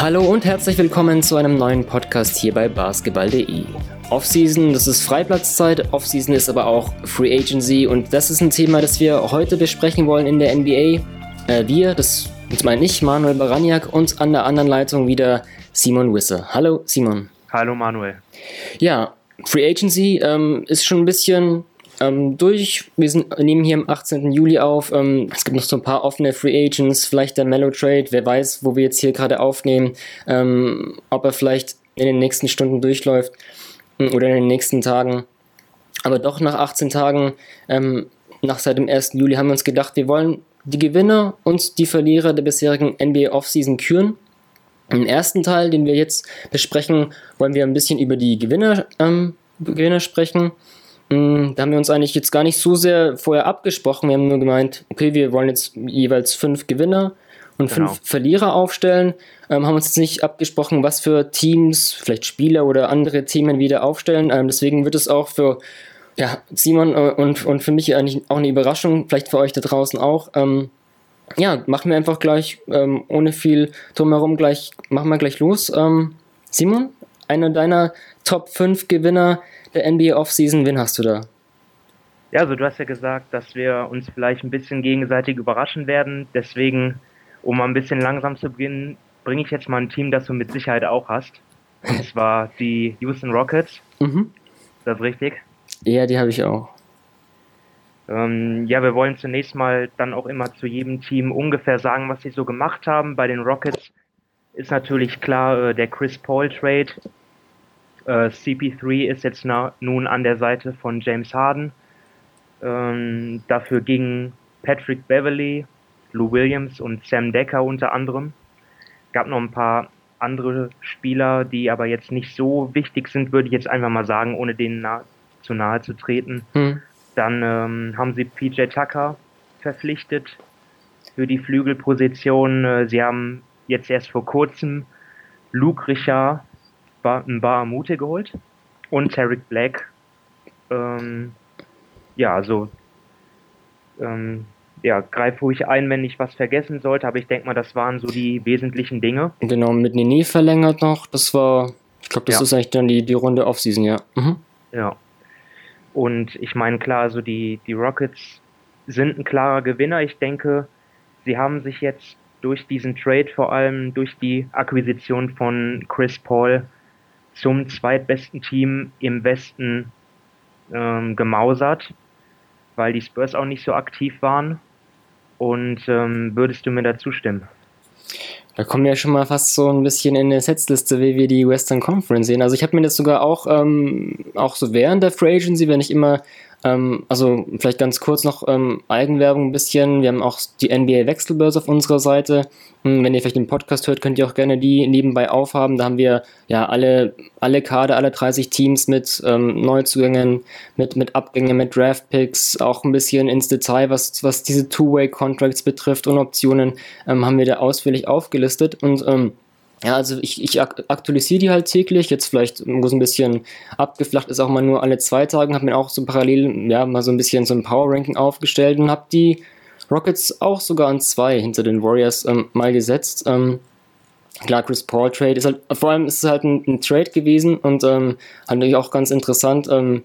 Hallo und herzlich willkommen zu einem neuen Podcast hier bei basketball.de. Offseason, das ist Freiplatzzeit, Offseason ist aber auch Free Agency und das ist ein Thema, das wir heute besprechen wollen in der NBA. Das meine ich, Manuel Baraniak, und an der anderen Leitung wieder Simon Wisse. Hallo Simon. Hallo Manuel. Ja, Free Agency ist schon ein bisschen durch. Wir nehmen hier am 18. Juli auf. Es gibt noch so ein paar offene Free Agents, vielleicht der Melo Trade. Wer weiß, wo wir jetzt hier gerade aufnehmen, ob er vielleicht in den nächsten Stunden durchläuft oder in den nächsten Tagen. Aber doch nach 18 Tagen, seit dem 1. Juli, haben wir uns gedacht, wir wollen die Gewinner und die Verlierer der bisherigen NBA Offseason küren. Im ersten Teil, den wir jetzt besprechen, wollen wir ein bisschen über die Gewinner sprechen. Da haben wir uns eigentlich jetzt gar nicht so sehr vorher abgesprochen. Wir haben nur gemeint, okay, wir wollen jetzt jeweils 5 Gewinner und 5 Verlierer aufstellen. Haben uns jetzt nicht abgesprochen, was für Teams, vielleicht Spieler oder andere Themen wieder aufstellen. Deswegen wird es auch für Simon und für mich eigentlich auch eine Überraschung, vielleicht für euch da draußen auch. Machen wir einfach gleich, ohne viel drumherum, machen wir gleich los. Simon, einer deiner Top 5 Gewinner der NBA Offseason, wen hast du da? Ja, also du hast ja gesagt, dass wir uns vielleicht ein bisschen gegenseitig überraschen werden. Deswegen, um mal ein bisschen langsam zu beginnen, bringe ich jetzt mal ein Team, das du mit Sicherheit auch hast. Und zwar die Houston Rockets. Ist das richtig? Ja, die habe ich auch. Wir wollen zunächst mal dann auch immer zu jedem Team ungefähr sagen, was sie so gemacht haben. Bei den Rockets ist natürlich klar der Chris Paul Trade. CP3 ist jetzt nun an der Seite von James Harden. Dafür gingen Patrick Beverley, Lou Williams und Sam Dekker unter anderem. Gab noch ein paar andere Spieler, die aber jetzt nicht so wichtig sind, würde ich jetzt einfach mal sagen, ohne denen zu nahe zu treten. Dann haben sie PJ Tucker verpflichtet für die Flügelposition. Sie haben jetzt erst vor kurzem Luke Richard Mbah-a-Moute geholt und Tariq Black. Greif ruhig ein, wenn ich was vergessen sollte, aber ich denke mal, das waren so die wesentlichen Dinge. Genau, mit Nene verlängert noch, das ist eigentlich dann die Runde Offseason, ja. Ja. Und ich meine, klar, also die Rockets sind ein klarer Gewinner. Ich denke, sie haben sich jetzt durch diesen Trade, vor allem durch die Akquisition von Chris Paul, zum zweitbesten Team im Westen gemausert, weil die Spurs auch nicht so aktiv waren. Und würdest du mir dazu stimmen? Da kommen wir ja schon mal fast so ein bisschen in der Setzliste, wie wir die Western Conference sehen. Also ich habe mir das sogar auch so während der Free Agency, wenn ich immer, vielleicht ganz kurz noch Eigenwerbung ein bisschen. Wir haben auch die NBA Wechselbörse auf unserer Seite. Wenn ihr vielleicht den Podcast hört, könnt ihr auch gerne die nebenbei aufhaben. Da haben wir ja alle Kader, alle 30 Teams mit Neuzugängen, mit Abgängen, mit Draftpicks, auch ein bisschen ins Detail, was diese Two-Way-Contracts betrifft und Optionen, haben wir da ausführlich aufgelistet. Und ich aktualisiere die halt täglich, jetzt vielleicht, wo es ein bisschen abgeflacht ist, auch mal nur alle 2 Tage, habe mir auch so parallel, mal so ein bisschen so ein Power-Ranking aufgestellt und habe die Rockets auch sogar an 2 hinter den Warriors mal gesetzt. Klar, Chris Paul Trade ist halt, vor allem ist es halt ein Trade gewesen und halt natürlich auch ganz interessant.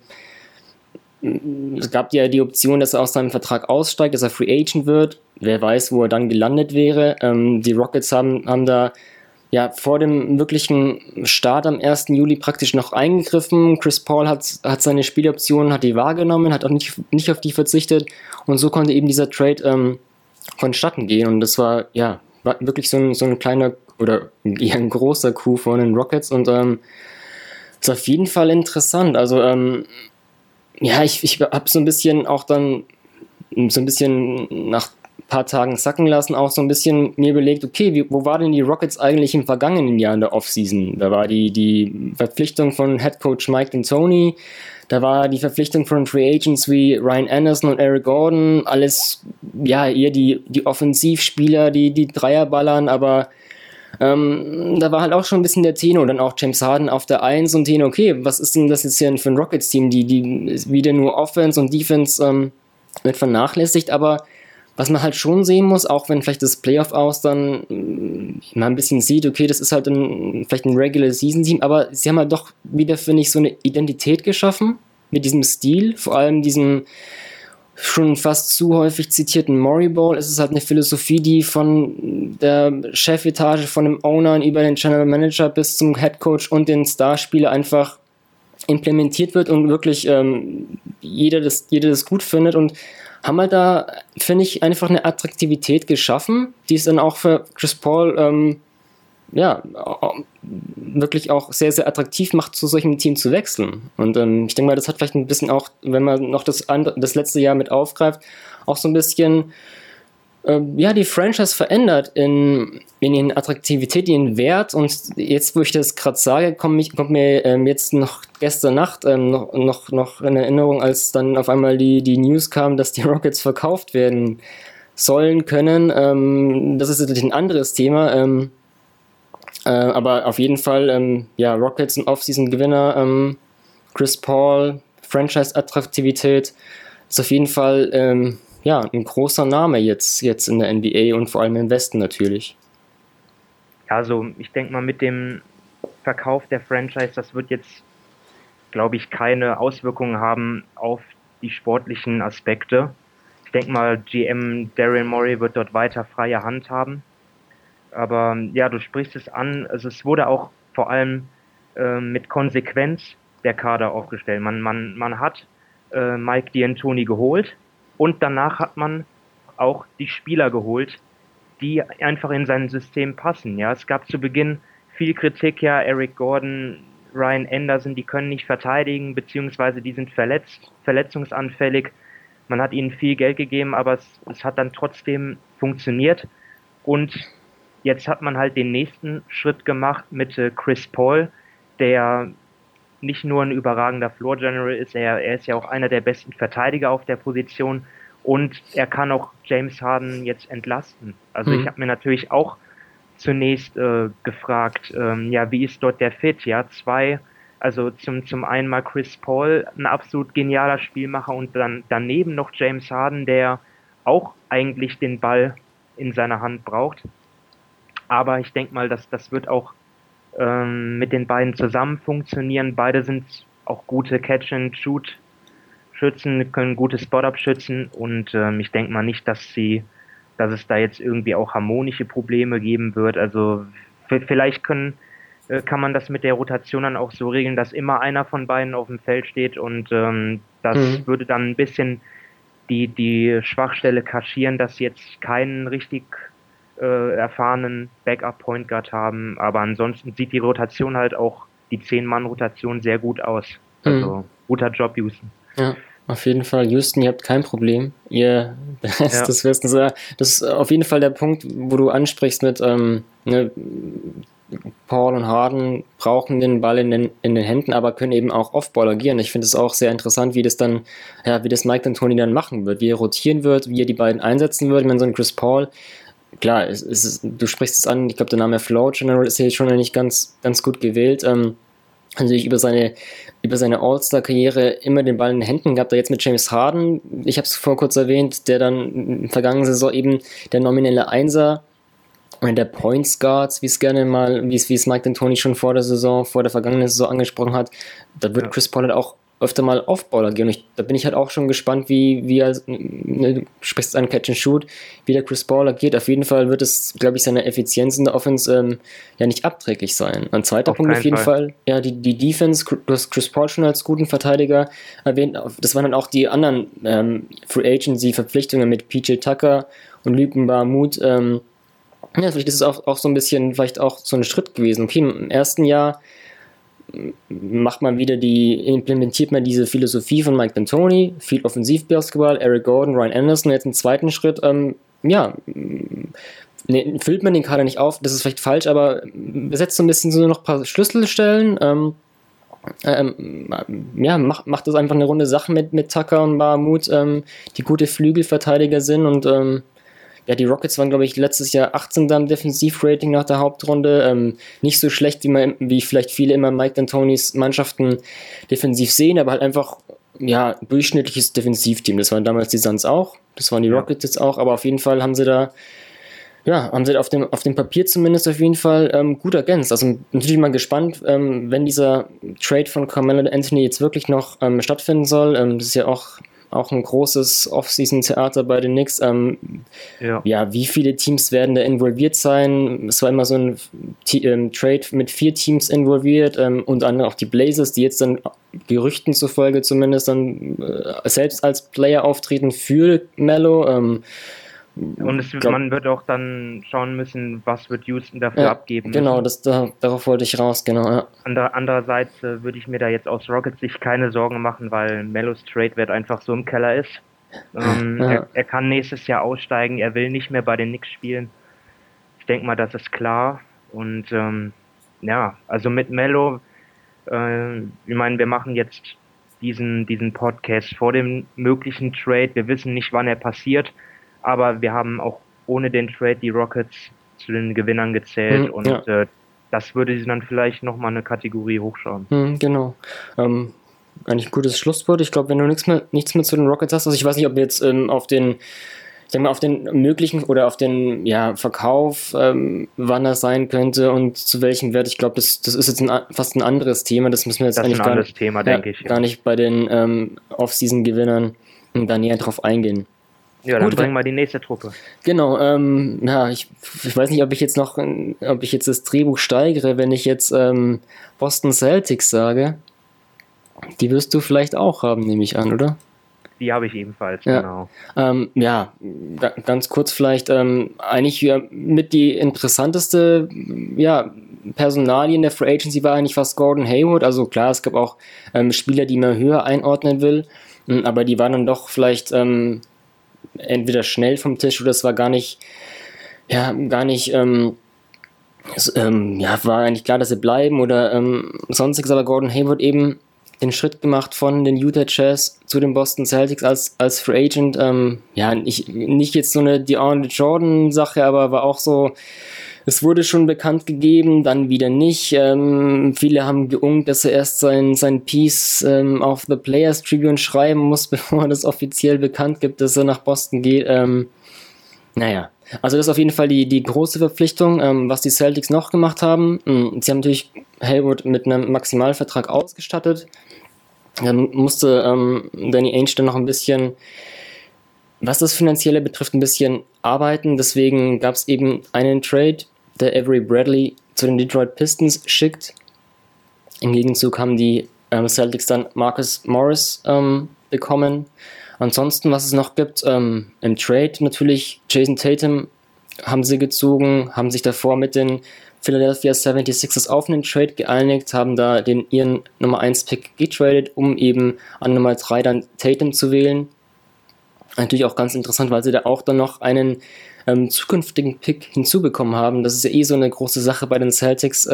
Es gab ja die Option, dass er aus seinem Vertrag aussteigt, dass er Free Agent wird. Wer weiß, wo er dann gelandet wäre. Die Rockets haben da vor dem wirklichen Start am 1. Juli praktisch noch eingegriffen. Chris Paul hat seine Spieloptionen, hat die wahrgenommen, hat auch nicht auf die verzichtet und so konnte eben dieser Trade vonstatten gehen und das war wirklich so ein kleiner oder eher ein großer Coup von den Rockets und ist auf jeden Fall interessant. Also ich habe so ein bisschen auch dann so ein bisschen nach paar Tagen sacken lassen, auch so ein bisschen mir überlegt, okay, wo war denn die Rockets eigentlich im vergangenen Jahr in der Offseason? Da war die Verpflichtung von Headcoach Mike D'Antoni, da war die Verpflichtung von Free Agents wie Ryan Anderson und Eric Gordon, alles, eher die Offensivspieler, die Dreier ballern, aber da war halt auch schon ein bisschen der Tenor, dann auch James Harden auf der 1 und Tenor, okay, was ist denn das jetzt hier für ein Rockets-Team, die wieder nur Offense und Defense wird vernachlässigt, aber was man halt schon sehen muss, auch wenn vielleicht das Playoff aus dann man ein bisschen sieht, okay, das ist halt vielleicht ein Regular Season Team, aber sie haben halt doch wieder, finde ich, so eine Identität geschaffen mit diesem Stil, vor allem diesem schon fast zu häufig zitierten Maury Ball. Es ist halt eine Philosophie, die von der Chefetage, von dem Owner über den General Manager bis zum Head Coach und den Starspieler einfach implementiert wird und wirklich jeder das gut findet, und haben halt da, finde ich, einfach eine Attraktivität geschaffen, die es dann auch für Chris Paul wirklich auch sehr, sehr attraktiv macht, zu solchem Team zu wechseln. Und ich denke mal, das hat vielleicht ein bisschen auch, wenn man noch das letzte Jahr mit aufgreift, auch so ein bisschen die Franchise verändert in ihren Attraktivität, ihren Wert. Und jetzt, wo ich das gerade sage, kommt mir jetzt noch gestern Nacht noch in Erinnerung, als dann auf einmal die News kam, dass die Rockets verkauft werden sollen können. Das ist natürlich ein anderes Thema. Aber auf jeden Fall, Rockets ein Off-Season-Gewinner, Chris Paul, Franchise-Attraktivität ist auf jeden Fall ein großer Name jetzt in der NBA und vor allem im Westen natürlich. Also ich denke mal, mit dem Verkauf der Franchise, das wird jetzt, glaube ich, keine Auswirkungen haben auf die sportlichen Aspekte. Ich denke mal, GM Daryl Morey wird dort weiter freie Hand haben. Aber ja, du sprichst es an, also es wurde auch vor allem mit Konsequenz der Kader aufgestellt. Man hat Mike D'Antoni geholt und danach hat man auch die Spieler geholt, die einfach in sein System passen. Ja, es gab zu Beginn viel Kritik, ja, Eric Gordon, Ryan Anderson, die können nicht verteidigen, beziehungsweise die sind verletzungsanfällig. Man hat ihnen viel Geld gegeben, aber es hat dann trotzdem funktioniert. Und jetzt hat man halt den nächsten Schritt gemacht mit Chris Paul, der nicht nur ein überragender Floor General ist, er ist ja auch einer der besten Verteidiger auf der Position, und er kann auch James Harden jetzt entlasten. Also ich habe mir natürlich auch zunächst gefragt, wie ist dort der Fit? Ja, also zum einen mal Chris Paul, ein absolut genialer Spielmacher, und dann daneben noch James Harden, der auch eigentlich den Ball in seiner Hand braucht. Aber ich denke mal, das wird auch mit den beiden zusammen funktionieren. Beide sind auch gute Catch-and-Shoot-Schützen, können gute Spot-Up schützen, und ich denke mal nicht, dass es da jetzt irgendwie auch harmonische Probleme geben wird. Also vielleicht kann man das mit der Rotation dann auch so regeln, dass immer einer von beiden auf dem Feld steht, und das würde dann ein bisschen die Schwachstelle kaschieren, dass sie jetzt keinen richtig erfahrenen Backup-Point Guard haben, aber ansonsten sieht die Rotation halt auch, die 10-Mann-Rotation, sehr gut aus. Also guter Job, Houston. Ja, auf jeden Fall. Houston, ihr habt kein Problem. Das ist auf jeden Fall der Punkt, wo du ansprichst mit Paul und Harden brauchen den Ball in den Händen, aber können eben auch Off-Ball agieren. Ich finde es auch sehr interessant, wie das Mike D'Antoni dann machen wird, wie er rotieren wird, wie er die beiden einsetzen wird. Ich meine, so ein Chris Paul, klar, du sprichst es an, ich glaube, der Name Flow General ist hier schon nicht ganz gut gewählt. Natürlich über seine All-Star-Karriere immer den Ball in den Händen gehabt, da jetzt mit James Harden, ich habe es vor kurz erwähnt, der dann in der vergangenen Saison eben der nominelle Einser oder der Points Guards, wie es Mike D'Antoni schon vor der vergangenen Saison angesprochen hat, da wird Chris Paul halt auch öfter mal Off-Ball agieren. Da bin ich halt auch schon gespannt, wie du sprichst an Catch and Shoot, wie der Chris Paul agiert. Auf jeden Fall wird es, glaube ich, seiner Effizienz in der Offense nicht abträglich sein. Ein zweiter Punkt auf jeden Fall, ja, die Defense, du hast Chris Paul schon als guten Verteidiger erwähnt. Das waren dann auch die anderen Free Agency-Verpflichtungen mit PJ Tucker und Luc Mbah-a-Moute. Vielleicht ist es auch so ein bisschen, vielleicht auch so ein Schritt gewesen. Okay, im ersten Jahr implementiert man diese Philosophie von Mike D'Antoni, viel Offensivbasketball, Eric Gordon, Ryan Anderson, jetzt im zweiten Schritt, füllt man den Kader nicht auf, das ist vielleicht falsch, aber besetzt so ein bisschen so noch ein paar Schlüsselstellen, macht das einfach eine runde Sache mit Tucker und Mbah-a-Moute, die gute Flügelverteidiger sind, und die Rockets waren, glaube ich, letztes Jahr 18. im Defensivrating nach der Hauptrunde. Nicht so schlecht, wie vielleicht viele immer Mike D'Antonis Mannschaften defensiv sehen, aber halt einfach, durchschnittliches Defensivteam. Das waren damals die Suns auch, das waren die Rockets jetzt auch, aber auf jeden Fall haben sie da Ja, haben sie auf dem Papier zumindest auf jeden Fall gut ergänzt. Also natürlich mal gespannt, wenn dieser Trade von Carmelo Anthony jetzt wirklich noch stattfinden soll. Das ist ja auch ein großes Off-Season-Theater bei den Knicks. Ja, wie viele Teams werden da involviert sein? Es war immer so ein Trade mit 4 Teams involviert, unter anderem auch die Blazers, die jetzt dann Gerüchten zufolge zumindest dann selbst als Player auftreten für Melo. Und man wird auch dann schauen müssen, was wird Houston dafür abgeben müssen. Genau, darauf wollte ich raus, genau. Ja. Andererseits würde ich mir da jetzt aus Rockets Sicht keine Sorgen machen, weil Melos Trade-Wert einfach so im Keller ist. Er kann nächstes Jahr aussteigen, er will nicht mehr bei den Knicks spielen. Ich denke mal, das ist klar. Und also mit Melo, ich meine, wir machen jetzt diesen Podcast vor dem möglichen Trade. Wir wissen nicht, wann er passiert. Aber wir haben auch ohne den Trade die Rockets zu den Gewinnern gezählt das würde sie dann vielleicht nochmal eine Kategorie hochschauen. Genau. Eigentlich ein gutes Schlusswort. Ich glaube, wenn du nichts mehr zu den Rockets hast, also ich weiß nicht, ob wir jetzt auf den möglichen oder auf den Verkauf, wann das sein könnte und zu welchem Wert. Ich glaube, das ist jetzt fast ein anderes Thema. Das müssen wir jetzt eigentlich gar nicht bei den Off-Season-Gewinnern da näher drauf eingehen. Ja, dann bringen wir die nächste Truppe. Genau, ich weiß nicht, ob ich jetzt das Drehbuch steigere, wenn ich jetzt Boston Celtics sage. Die wirst du vielleicht auch haben, nehme ich an, oder? Die habe ich ebenfalls, genau. Ganz kurz vielleicht, eigentlich mit die interessanteste Personalie in der Free Agency war eigentlich fast Gordon Hayward. Also klar, es gab auch Spieler, die man höher einordnen will, aber die waren dann doch vielleicht entweder schnell vom Tisch oder es war war eigentlich klar, dass sie bleiben oder sonstiges, aber Gordon Hayward eben den Schritt gemacht von den Utah Jazz zu den Boston Celtics als Free Agent. Nicht jetzt so eine DeAndre Jordan Sache, aber war auch so, es wurde schon bekannt gegeben, dann wieder nicht. Viele haben geungt, dass er erst sein Piece auf The Players Tribune schreiben muss, bevor er das offiziell bekannt gibt, dass er nach Boston geht. Also das ist auf jeden Fall die große Verpflichtung, was die Celtics noch gemacht haben. Sie haben natürlich Hayward mit einem Maximalvertrag ausgestattet. Dann musste Danny Ainge dann noch ein bisschen, was das Finanzielle betrifft, ein bisschen arbeiten. Deswegen gab es eben einen Trade, der Avery Bradley zu den Detroit Pistons schickt. Im Gegenzug haben die Celtics dann Marcus Morris bekommen. Ansonsten, was es noch gibt, im Trade natürlich, Jason Tatum haben sie gezogen, haben sich davor mit den Philadelphia 76ers auf einen Trade geeinigt, haben da ihren Nummer 1 Pick getradet, um eben an Nummer 3 dann Tatum zu wählen. Natürlich auch ganz interessant, weil sie da auch dann noch einen zukünftigen Pick hinzubekommen haben. Das ist ja so eine große Sache bei den Celtics,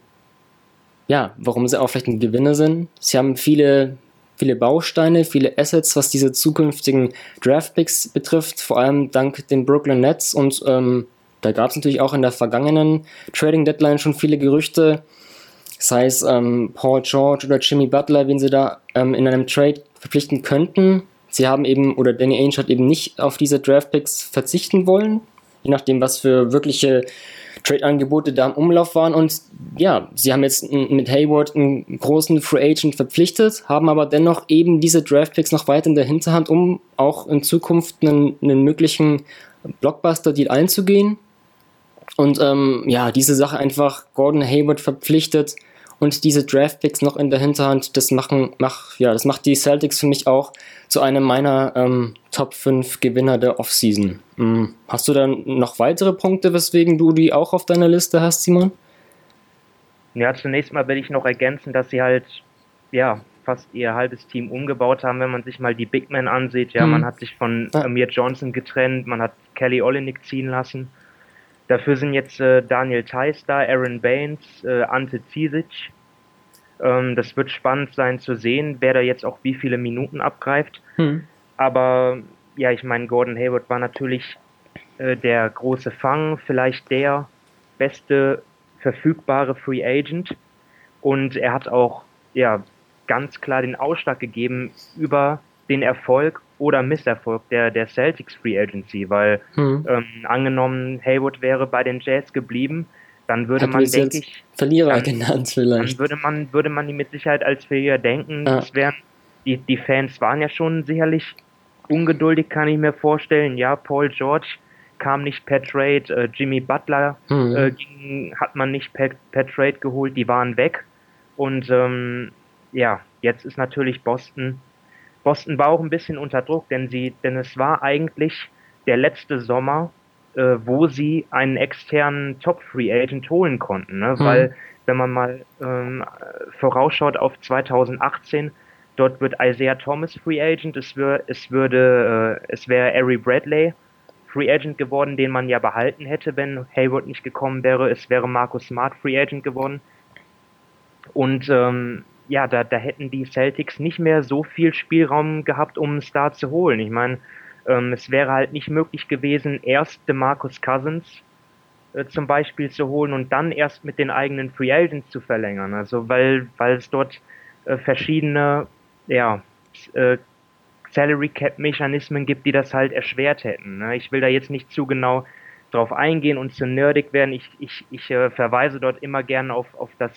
warum sie auch vielleicht ein Gewinner sind. Sie haben viele Bausteine, viele Assets, was diese zukünftigen Draftpicks betrifft, vor allem dank den Brooklyn Nets und da gab es natürlich auch in der vergangenen Trading Deadline schon viele Gerüchte, sei es Paul George oder Jimmy Butler, wen sie da in einem Trade verpflichten könnten. Sie haben eben, oder Danny Ainge hat eben nicht auf diese Draftpicks verzichten wollen, je nachdem, was für wirkliche Trade-Angebote da im Umlauf waren. Und ja, sie haben jetzt mit Hayward einen großen Free Agent verpflichtet, haben aber dennoch eben diese Draftpicks noch weiter in der Hinterhand, um auch in Zukunft einen möglichen Blockbuster-Deal einzugehen. Und diese Sache einfach Gordon Hayward verpflichtet und diese Draftpicks noch in der Hinterhand, das macht die Celtics für mich auch zu einem meiner Top 5 Gewinner der Offseason. Hast du dann noch weitere Punkte, weswegen du die auch auf deiner Liste hast, Simon? Ja, zunächst mal will ich noch ergänzen, dass sie halt fast ihr halbes Team umgebaut haben, wenn man sich mal die Big Men ansieht. Ja, man hat sich von Amir Johnson getrennt, man hat Kelly Olynyk ziehen lassen. Dafür sind jetzt Daniel Theis da, Aaron Baines, Ante Cizic. Das wird spannend sein zu sehen, wer da jetzt auch wie viele Minuten abgreift. Aber ja, ich meine, Gordon Hayward war natürlich der große Fang, vielleicht der beste verfügbare Free Agent. Und er hat auch ganz klar den Ausschlag gegeben über den Erfolg oder Misserfolg der Celtics Free Agency, weil angenommen Hayward wäre bei den Jazz geblieben, dann würde Hätten wir man, es denke jetzt ich, Verlierer dann, genannt dann vielleicht. würde man ihn mit Sicherheit als Verlierer denken. Ja. Es wären, die Fans waren ja schon sicherlich ungeduldig, kann ich mir vorstellen. Ja, Paul George kam nicht per Trade, Jimmy Butler hat man nicht per Trade geholt, die waren weg. Und ja, jetzt ist natürlich Boston war auch ein bisschen unter Druck, denn es war eigentlich der letzte Sommer, wo sie einen externen Top-Free Agent holen konnten, ne? Weil, wenn man mal vorausschaut auf 2018, dort wird Isaiah Thomas Free Agent, es wäre Avery Bradley Free Agent geworden, den man ja behalten hätte, wenn Hayward nicht gekommen wäre. Es wäre Marcus Smart Free Agent geworden. Und ja, da hätten die Celtics nicht mehr so viel Spielraum gehabt, um einen Star zu holen. Ich meine, es wäre halt nicht möglich gewesen, erst DeMarcus Cousins zum Beispiel zu holen und dann erst mit den eigenen Free Agents zu verlängern. Also weil es dort verschiedene ja, äh, Salary Cap Mechanismen gibt, die das halt erschwert hätten. Ne? Ich will da jetzt nicht zu genau drauf eingehen und zu nerdig werden. Ich verweise dort immer gerne auf das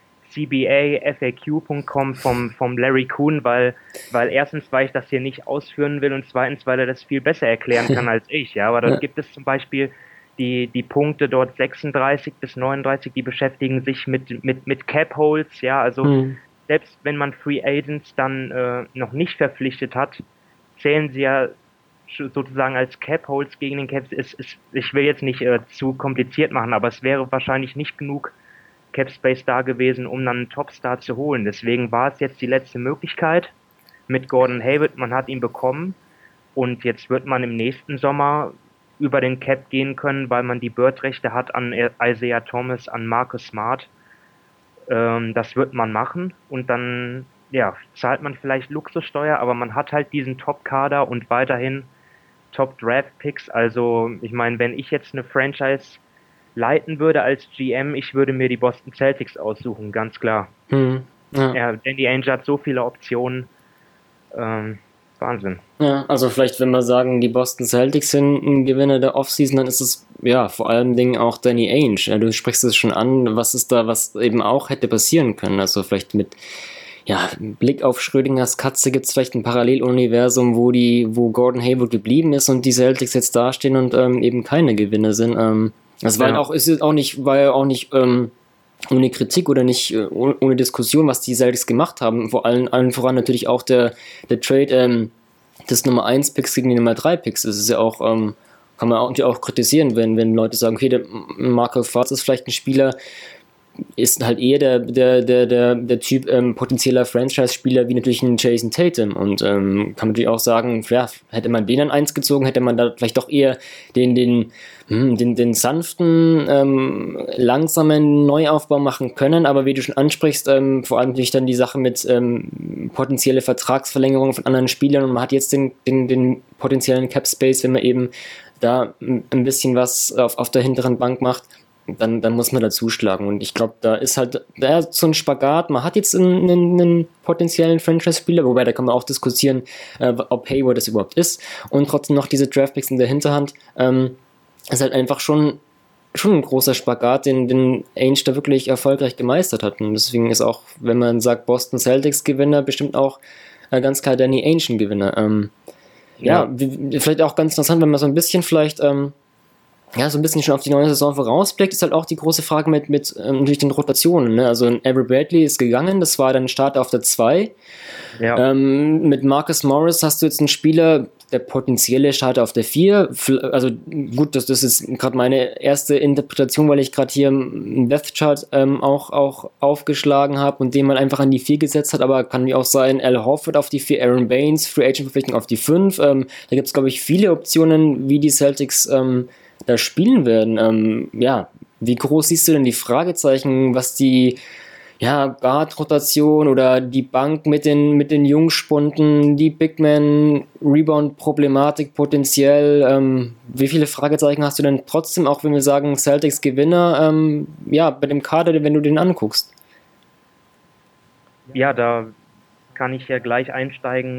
CBAFAQ.com vom Larry Kuhn, weil erstens, weil ich das hier nicht ausführen will und zweitens, weil er das viel besser erklären kann als ich. Ja, aber dort gibt es zum Beispiel die Punkte dort 36 bis 39, die beschäftigen sich mit Cap Holes, ja, also selbst wenn man Free Agents dann noch nicht verpflichtet hat, zählen sie ja sozusagen als Cap Holes gegen den Caps. Ich will jetzt nicht zu kompliziert machen, aber es wäre wahrscheinlich nicht genug Cap Space da gewesen, um dann einen Topstar zu holen. Deswegen war es jetzt die letzte Möglichkeit mit Gordon Hayward. Man hat ihn bekommen und jetzt wird man im nächsten Sommer über den Cap gehen können, weil man die Bird-Rechte hat an Isaiah Thomas, an Marcus Smart. Das wird man machen und dann ja, zahlt man vielleicht Luxussteuer, aber man hat halt diesen Top-Kader und weiterhin Top-Draft-Picks. Also ich meine, wenn ich jetzt eine Franchise leiten würde als GM, ich würde mir die Boston Celtics aussuchen, ganz klar. Ja, Danny Ainge hat so viele Optionen. Wahnsinn. Ja, also vielleicht, wenn wir sagen, die Boston Celtics sind ein Gewinner der Offseason, dann ist es ja vor allem Dingen auch Danny Ainge. Ja, du sprichst es schon an, was eben auch hätte passieren können. Also vielleicht mit Blick auf Schrödingers Katze gibt es vielleicht ein Paralleluniversum, wo Gordon Hayward geblieben ist und die Celtics jetzt dastehen und eben keine Gewinner sind. Das war war ja auch nicht ohne Kritik oder nicht ohne Diskussion, was die Celtics gemacht haben. Vor allen voran natürlich auch der Trade des Nummer 1 Picks gegen die Nummer 3 Picks. Das ist ja auch, kann man auch kritisieren, wenn Leute sagen, okay, der Markel Fultz ist vielleicht ein Spieler, ist halt eher der Typ potenzieller Franchise-Spieler wie natürlich ein Jason Tatum und kann man natürlich auch sagen, ja, hätte man den an 1 gezogen, hätte man da vielleicht doch eher den sanften, langsamen Neuaufbau machen können, aber wie du schon ansprichst, vor allem natürlich dann die Sache mit potenzielle Vertragsverlängerungen von anderen Spielern und man hat jetzt den potenziellen Cap Space, wenn man eben da ein bisschen was auf der hinteren Bank macht, dann muss man da zuschlagen. Und ich glaube, da ist halt so ein Spagat. Man hat jetzt einen potenziellen Franchise-Spieler, wobei da kann man auch diskutieren, ob Hayward das überhaupt ist. Und trotzdem noch diese Draftpicks in der Hinterhand. Ist halt einfach schon ein großer Spagat, den Ainge da wirklich erfolgreich gemeistert hat. Und deswegen ist auch, wenn man sagt Boston Celtics Gewinner, bestimmt auch ganz klar Danny Ainge ein Gewinner. Vielleicht auch ganz interessant, wenn man so ein bisschen vielleicht so ein bisschen schon auf die neue Saison vorausblickt, ist halt auch die große Frage mit natürlich den Rotationen. Ne? Also Avery Bradley ist gegangen, das war dann Start auf der 2. Ja. Mit Marcus Morris hast du jetzt einen Spieler, der potenzielle Starter auf der 4. Also gut, das ist gerade meine erste Interpretation, weil ich gerade hier einen Depth-Chart auch aufgeschlagen habe und den man einfach an die 4 gesetzt hat, aber kann wie auch sein, Al Horford auf die 4, Aaron Baines, Free Agent Verpflichtung auf die 5. Da gibt es, glaube ich, viele Optionen, wie die Celtics da spielen werden. Wie groß siehst du denn die Fragezeichen, was die Guard-Rotation oder die Bank mit den Jungspunden, die Big-Man-Rebound-Problematik potenziell, wie viele Fragezeichen hast du denn trotzdem, auch wenn wir sagen Celtics Gewinner, bei dem Kader, wenn du den anguckst? Ja, da kann ich ja gleich einsteigen,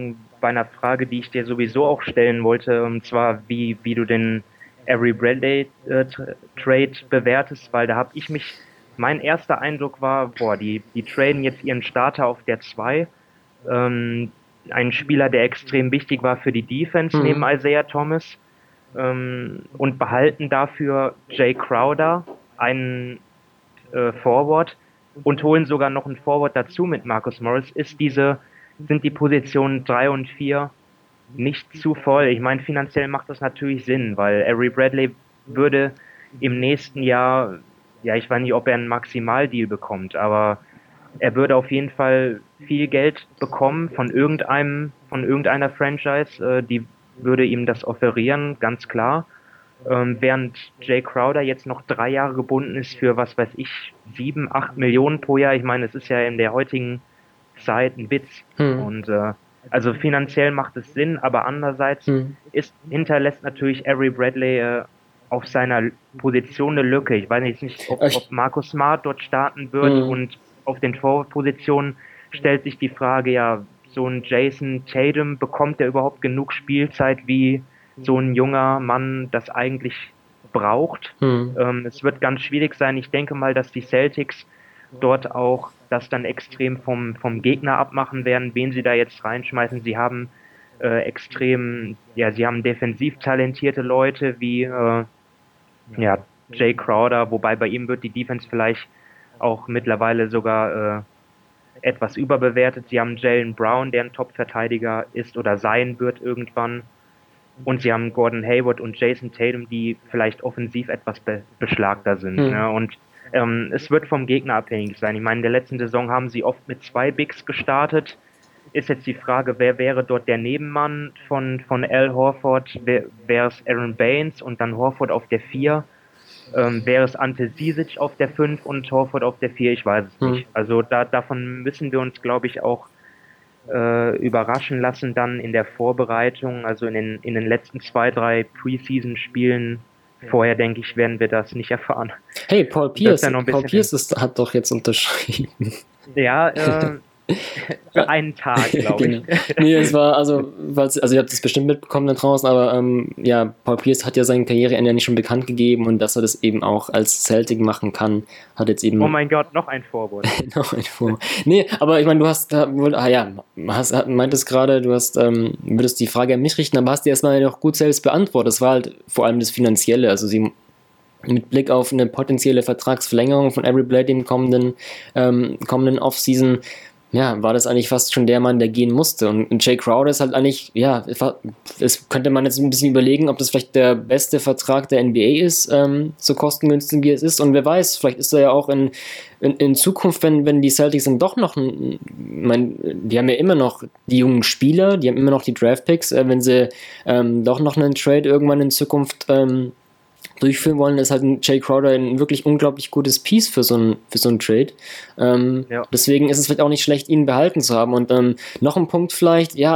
bei einer Frage, die ich dir sowieso auch stellen wollte, und zwar wie du den Avery Bradley Trade bewertest, weil da habe ich mich, mein erster Eindruck war, die traden jetzt ihren Starter auf der 2, ein Spieler, der extrem wichtig war für die Defense neben Isaiah Thomas, und behalten dafür Jay Crowder, einen Forward, und holen sogar noch einen Forward dazu mit Marcus Morris. Sind die Positionen 3 und 4 nicht zu voll? Ich meine, finanziell macht das natürlich Sinn, weil Avery Bradley würde im nächsten Jahr, ja, ich weiß nicht, ob er einen Maximaldeal bekommt, aber er würde auf jeden Fall viel Geld bekommen von irgendeiner Franchise, die würde ihm das offerieren, ganz klar. Während Jay Crowder jetzt noch 3 Jahre gebunden ist für, was weiß ich, 7, 8 Millionen pro Jahr. Ich meine, es ist ja in der heutigen Zeit ein Witz. Und also finanziell macht es Sinn, aber andererseits hinterlässt natürlich Avery Bradley auf seiner Position eine Lücke. Ich weiß nicht, ob Marcus Smart dort starten wird, und auf den Forward-Positionen stellt sich die Frage, ja, so ein Jason Tatum, bekommt er überhaupt genug Spielzeit, wie so ein junger Mann das eigentlich braucht? Es wird ganz schwierig sein. Ich denke mal, dass die Celtics dort auch das dann extrem vom Gegner abmachen werden, wen sie da jetzt reinschmeißen. Sie haben sie haben defensiv talentierte Leute wie Jay Crowder, wobei bei ihm wird die Defense vielleicht auch mittlerweile sogar etwas überbewertet. Sie haben Jaylen Brown, der ein Top-Verteidiger ist oder sein wird irgendwann. Und sie haben Gordon Hayward und Jason Tatum, die vielleicht offensiv etwas beschlagter sind. Ne? Und es wird vom Gegner abhängig sein. Ich meine, in der letzten Saison haben sie oft mit 2 Bigs gestartet. Ist jetzt die Frage, wer wäre dort der Nebenmann von Al Horford? Wäre es Aaron Baines und dann Horford auf der 4? Wäre es Ante Zizic auf der 5 und Horford auf der 4? Ich weiß es nicht. Also davon müssen wir uns, glaube ich, auch überraschen lassen dann in der Vorbereitung, also in den letzten 2, 3 Preseason-Spielen. Vorher, denke ich, werden wir das nicht erfahren. Hey, Paul Pierce hat doch jetzt unterschrieben. Ja, für einen Tag, glaube ich. Genau. Nee, es war, also ihr habt es bestimmt mitbekommen da draußen, aber Paul Pierce hat ja sein Karriereende nicht schon bekannt gegeben, und dass er das eben auch als Celtic machen kann, hat jetzt eben... Oh mein Gott, noch ein Vorwort. Noch ein Vorwort. Nee, aber ich meine, du hast meintest gerade, du würdest die Frage an mich richten, aber hast die erstmal noch gut selbst beantwortet. Das war halt vor allem das Finanzielle, also sie mit Blick auf eine potenzielle Vertragsverlängerung von Avery Bradley im kommenden Offseason, ja, war das eigentlich fast schon der Mann, der gehen musste. Und Jay Crowder ist halt eigentlich, ja, es könnte man jetzt ein bisschen überlegen, ob das vielleicht der beste Vertrag der NBA ist, so kostengünstig wie es ist. Und wer weiß, vielleicht ist er ja auch in Zukunft, wenn die Celtics dann doch noch, die haben ja immer noch die jungen Spieler, die haben immer noch die Draftpicks, wenn sie doch noch einen Trade irgendwann in Zukunft durchführen wollen, ist halt ein Jay Crowder ein wirklich unglaublich gutes Piece für so ein Trade. Deswegen ist es vielleicht auch nicht schlecht, ihn behalten zu haben. Und noch ein Punkt vielleicht, du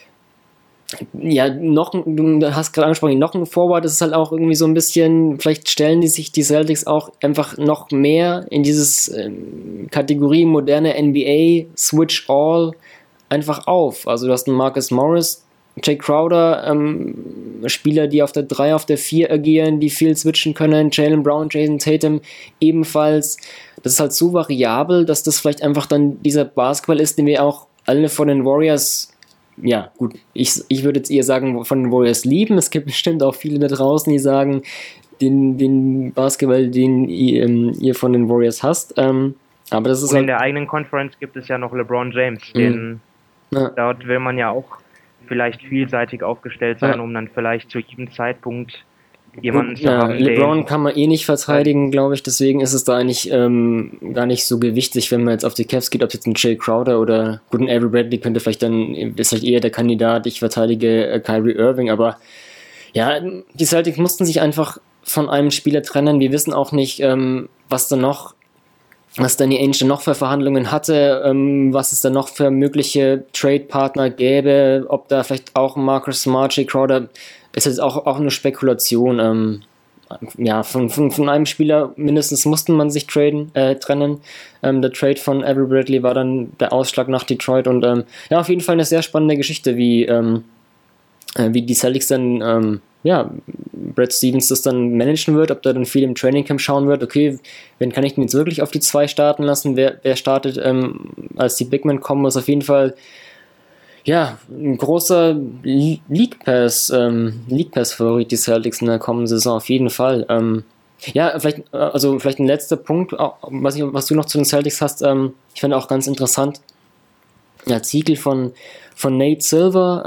hast gerade angesprochen, noch ein Forward, das ist halt auch irgendwie so ein bisschen, vielleicht stellen sich die Celtics auch einfach noch mehr in dieses Kategorie moderne NBA Switch All einfach auf. Also du hast einen Marcus Morris, Jay Crowder, Spieler, die auf der 3, auf der 4 agieren, die viel switchen können, Jaylen Brown, Jason Tatum ebenfalls. Das ist halt so variabel, dass das vielleicht einfach dann dieser Basketball ist, den wir auch alle von den Warriors, ja gut, ich würde jetzt eher sagen, von den Warriors lieben. Es gibt bestimmt auch viele da draußen, die sagen, den Basketball, den ihr von den Warriors hasst. Aber das ist und in der eigenen Conference gibt es ja noch LeBron James, dort will man ja auch vielleicht vielseitig aufgestellt sein, um dann vielleicht zu jedem Zeitpunkt jemanden zu haben. LeBron kann man nicht verteidigen, glaube ich, deswegen ist es da eigentlich gar nicht so gewichtig, wenn man jetzt auf die Cavs geht, ob jetzt ein Jay Crowder oder gut, ein Avery Bradley ist vielleicht eher der Kandidat, ich verteidige Kyrie Irving, aber ja, die Celtics mussten sich einfach von einem Spieler trennen. Wir wissen auch nicht, was Danny Ainge noch für Verhandlungen hatte, was es da noch für mögliche Trade-Partner gäbe, ob da vielleicht auch Marcus Smart, Jay Crowder, ist jetzt auch eine Spekulation. ja, von einem Spieler mindestens mussten man sich trennen. Der Trade von Avery Bradley war dann der Ausschlag nach Detroit und ja, auf jeden Fall eine sehr spannende Geschichte, wie die Celtics dann, ja, Brad Stevens das dann managen wird, ob der dann viel im Trainingcamp schauen wird, okay, wen kann ich denn jetzt wirklich auf die 2 starten lassen, wer startet, als die Big Men kommen, ist auf jeden Fall, ja, ein großer League Pass-Favorit, die Celtics in der kommenden Saison, auf jeden Fall. Ja, vielleicht ein letzter Punkt, was du noch zu den Celtics hast, ich fand auch ganz interessant, ein Artikel von Nate Silver,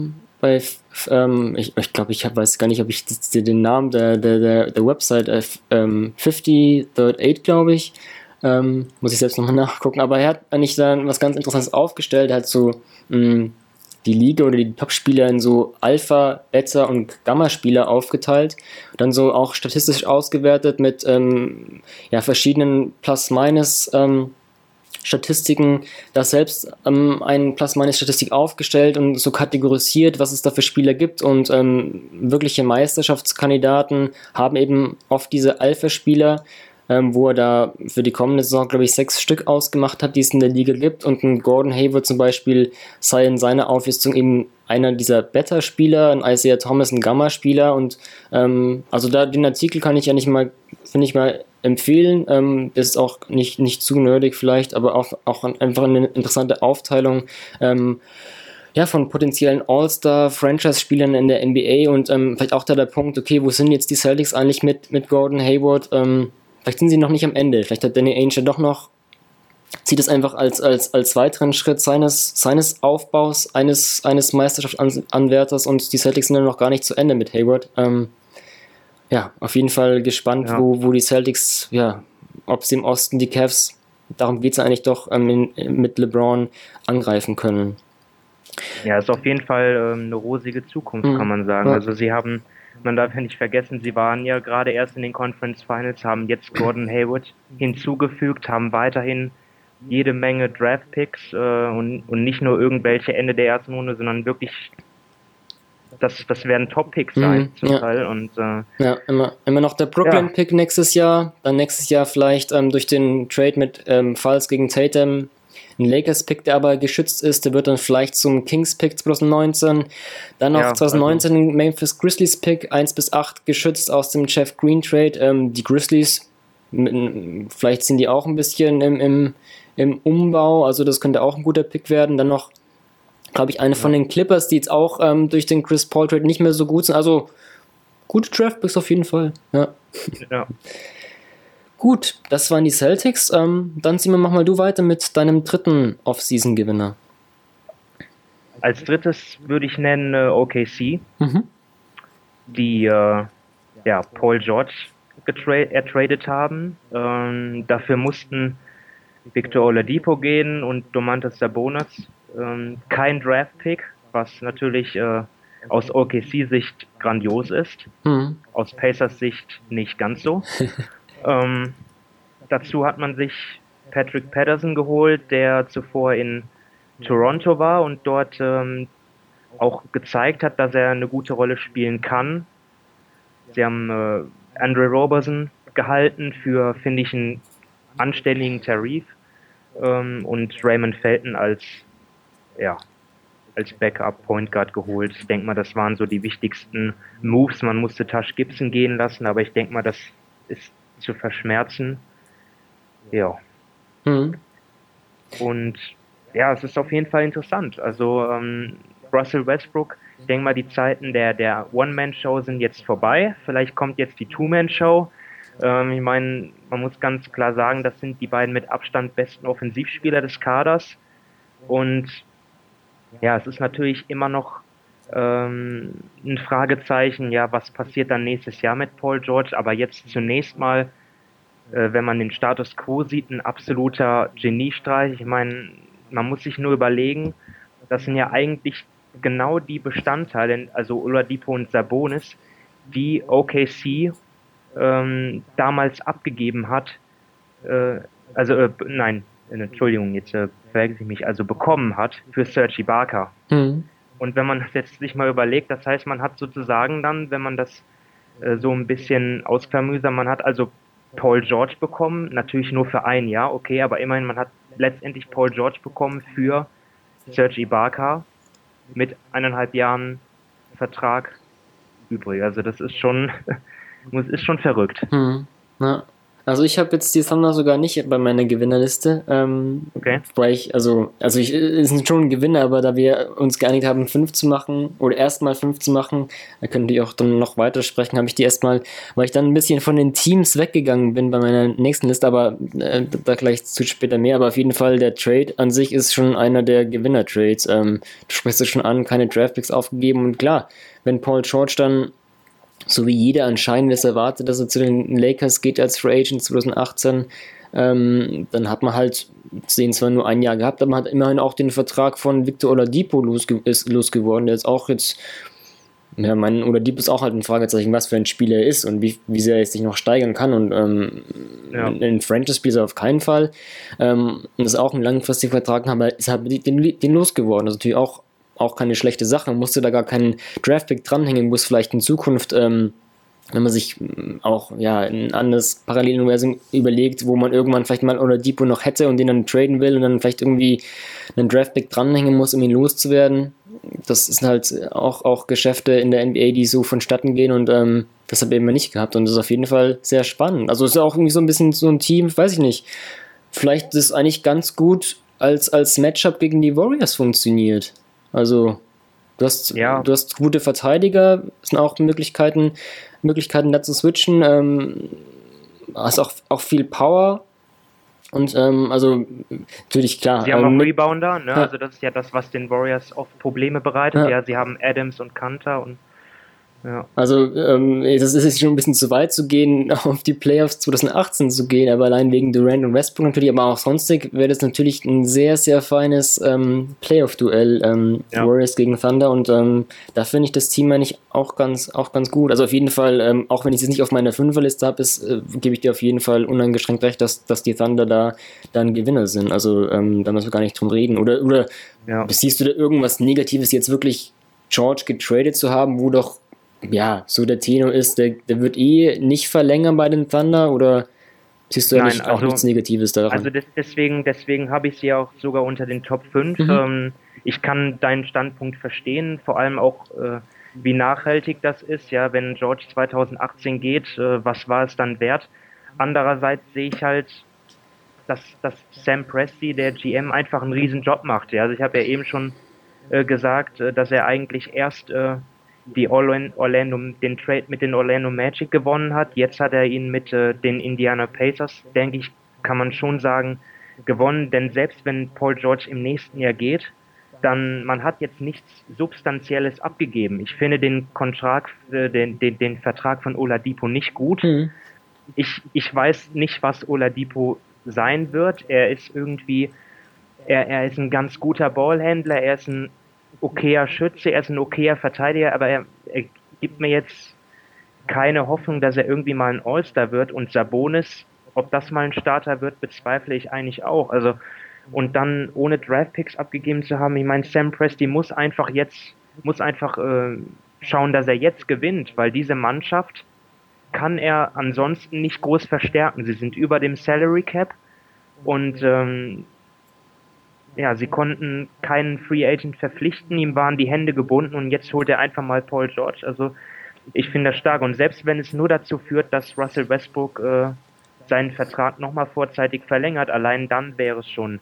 ich glaube, weiß gar nicht, ob ich den Namen der Website 50 Third 8, glaube ich, muss ich selbst nochmal nachgucken, aber er hat eigentlich dann was ganz Interessantes aufgestellt, er hat so die Liga oder die Top-Spieler in so Alpha, Beta und Gamma-Spieler aufgeteilt, dann so auch statistisch ausgewertet mit verschiedenen Plus-Minus Statistiken, da selbst eine Plus-Minus-Statistik aufgestellt und so kategorisiert, was es da für Spieler gibt und wirkliche Meisterschaftskandidaten haben eben oft diese Alpha-Spieler, wo er da für die kommende Saison, glaube ich, 6 Stück ausgemacht hat, die es in der Liga gibt und ein Gordon Hayward zum Beispiel sei in seiner Auflistung eben einer dieser Beta-Spieler, ein Isaiah Thomas ein Gamma-Spieler und also da den Artikel kann ich ja nicht mal, finde ich mal, empfehlen, ist auch nicht zu nerdig vielleicht, aber auch einfach eine interessante Aufteilung von potenziellen All-Star-Franchise-Spielern in der NBA und vielleicht auch da der Punkt, okay, wo sind jetzt die Celtics eigentlich mit Gordon Hayward, vielleicht sind sie noch nicht am Ende, vielleicht hat Danny Ainge doch noch, sieht es einfach als weiteren Schritt seines Aufbaus, eines Meisterschaftsanwärters und die Celtics sind dann noch gar nicht zu Ende mit Hayward, ja, auf jeden Fall gespannt, wo die Celtics, ob sie im Osten die Cavs, darum geht es eigentlich doch, mit LeBron angreifen können. Ja, ist auf jeden Fall eine rosige Zukunft, kann man sagen. Ja. Also man darf ja nicht vergessen, sie waren ja gerade erst in den Conference Finals, haben jetzt Gordon Hayward hinzugefügt, haben weiterhin jede Menge Draft-Picks und nicht nur irgendwelche Ende der ersten Runde, sondern wirklich das werden Top-Picks sein zum Teil. Und, immer noch der Brooklyn-Pick nächstes Jahr. Dann nächstes Jahr vielleicht durch den Trade mit Falls gegen Tatum ein Lakers-Pick, der aber geschützt ist. Der wird dann vielleicht zum Kings-Pick 2019. Dann noch 2019 also Memphis Grizzlies-Pick 1-8 geschützt aus dem Jeff Green-Trade. Die Grizzlies, vielleicht sind die auch ein bisschen im Umbau. Also das könnte auch ein guter Pick werden. Dann noch glaube ich, eine von den Clippers, die jetzt auch durch den Chris Paul Trade nicht mehr so gut sind. Also, gute Draft-Picks auf jeden Fall. Ja. Gut, das waren die Celtics. Dann, Simon, mach mal du weiter mit deinem dritten Off-Season-Gewinner. Als drittes würde ich nennen OKC, die Paul George ertradet haben. Dafür mussten Victor Oladipo gehen und Domantas Sabonis. Kein Draft-Pick, was natürlich aus OKC-Sicht grandios ist, aus Pacers Sicht nicht ganz so. Dazu hat man sich Patrick Patterson geholt, der zuvor in Toronto war und dort auch gezeigt hat, dass er eine gute Rolle spielen kann. Sie haben Andre Roberson gehalten für, finde ich, einen anständigen Tarif und Raymond Felton als Backup Point Guard geholt. Ich denke mal, das waren so die wichtigsten Moves. Man musste Taj Gibson gehen lassen, aber ich denke mal, das ist zu verschmerzen. Ja. Und ja, es ist auf jeden Fall interessant. Also Russell Westbrook, ich denke mal, die Zeiten der One-Man-Show sind jetzt vorbei. Vielleicht kommt jetzt die Two-Man-Show. Ich meine, man muss ganz klar sagen, das sind die beiden mit Abstand besten Offensivspieler des Kaders. Und ja, es ist natürlich immer noch ein Fragezeichen, was passiert dann nächstes Jahr mit Paul George, aber jetzt zunächst mal, wenn man den Status Quo sieht, ein absoluter Geniestreich. Ich meine, man muss sich nur überlegen, das sind ja eigentlich genau die Bestandteile, also Oladipo und Sabonis, die OKC damals abgegeben hat, Entschuldigung, jetzt verwechsel ich mich, also bekommen hat für Serge Ibaka. Und wenn man das jetzt sich mal überlegt, das heißt, man hat sozusagen dann, wenn man das so ein bisschen ausklamüsern. Man hat also Paul George bekommen, natürlich nur für ein Jahr, okay, aber immerhin, man hat letztendlich Paul George bekommen für Serge Ibaka mit 1,5 Jahren Vertrag übrig. Also das ist schon, ist schon verrückt. Ja. Also ich habe jetzt die Thunder sogar nicht bei meiner Gewinnerliste. Okay. Weil es sind schon Gewinner, aber da wir uns geeinigt haben, 5 zu machen oder erstmal 5 zu machen, da können die auch dann noch weitersprechen, habe ich die erstmal, weil ich dann ein bisschen von den Teams weggegangen bin bei meiner nächsten Liste, aber da gleich zu später mehr. Aber auf jeden Fall, der Trade an sich ist schon einer der Gewinner-Trades. Du sprichst es schon an, keine Draftpicks aufgegeben und klar, wenn Paul George dann so wie jeder anscheinend es erwartet, dass er zu den Lakers geht als Free Agent 2018, dann hat man halt den zwar nur ein Jahr gehabt, aber man hat immerhin auch den Vertrag von Victor Oladipo losgeworden, der ist auch jetzt, ja, Oladipo ist auch halt ein Fragezeichen, was für ein Spieler er ist und wie sehr er sich noch steigern kann und in Franchise-Spieler auf keinen Fall. Und das ist auch ein langfristiger Vertrag, aber ist halt den losgeworden, das ist natürlich auch keine schlechte Sache. Man musste da gar keinen Draftpick dranhängen, muss vielleicht in Zukunft, wenn man sich auch ein anderes Paralleluniversum überlegt, wo man irgendwann vielleicht mal Oladipo noch hätte und den dann traden will und dann vielleicht irgendwie einen Draftpick dranhängen muss, um ihn loszuwerden. Das sind halt auch Geschäfte in der NBA, die so vonstatten gehen und das habe ich immer nicht gehabt und das ist auf jeden Fall sehr spannend. Also es ist auch irgendwie so ein bisschen so ein Team, weiß ich nicht, vielleicht ist es eigentlich ganz gut als Matchup gegen die Warriors funktioniert. Also, du hast gute Verteidiger, es sind auch Möglichkeiten da zu switchen, hast auch viel Power und also natürlich klar. Sie haben auch Rebounder, ne? Also das ist ja das, was den Warriors oft Probleme bereitet. Ja, sie haben Adams und Kanter und ja. Also, das ist jetzt schon ein bisschen zu weit zu gehen, auf die Playoffs 2018 zu gehen, aber allein wegen Durant und Westbrook natürlich, aber auch sonstig wäre das natürlich ein sehr, sehr feines Playoff-Duell, Warriors gegen Thunder und da finde ich das Team eigentlich auch ganz gut. Also auf jeden Fall, auch wenn ich es nicht auf meiner Fünferliste habe, gebe ich dir auf jeden Fall uneingeschränkt recht, dass die Thunder da dann Gewinner sind. Also da müssen wir gar nicht drum reden. Oder siehst du da irgendwas Negatives jetzt wirklich George getradet zu haben, wo doch so der Tenor ist, der wird nicht verlängern bei den Thunder oder siehst du auch nichts Negatives daran? Also deswegen habe ich sie auch sogar unter den Top 5. Ich kann deinen Standpunkt verstehen, vor allem auch wie nachhaltig das ist, ja, wenn George 2018 geht, was war es dann wert? Andererseits sehe ich halt, dass Sam Presti, der GM, einfach einen riesen Job macht. Ja. Also ich habe ja eben schon gesagt, dass er eigentlich erst den Trade mit den Orlando Magic gewonnen hat. Jetzt hat er ihn mit den Indiana Pacers, denke ich, kann man schon sagen, gewonnen. Denn selbst wenn Paul George im nächsten Jahr geht, dann man hat jetzt nichts Substanzielles abgegeben. Ich finde den Vertrag von Oladipo nicht gut. Ich weiß nicht, was Oladipo sein wird. Er ist irgendwie, er ist ein ganz guter Ballhändler, er ist ein okayer Schütze, er ist ein okayer Verteidiger, aber er gibt mir jetzt keine Hoffnung, dass er irgendwie mal ein All-Star wird und Sabonis, ob das mal ein Starter wird, bezweifle ich eigentlich auch. Also, und dann ohne Draftpicks abgegeben zu haben, ich meine, Sam Presti muss einfach schauen, dass er jetzt gewinnt, weil diese Mannschaft kann er ansonsten nicht groß verstärken. Sie sind über dem Salary Cap und sie konnten keinen Free Agent verpflichten, ihm waren die Hände gebunden und jetzt holt er einfach mal Paul George. Also ich finde das stark und selbst wenn es nur dazu führt, dass Russell Westbrook seinen Vertrag nochmal vorzeitig verlängert, allein dann wäre es schon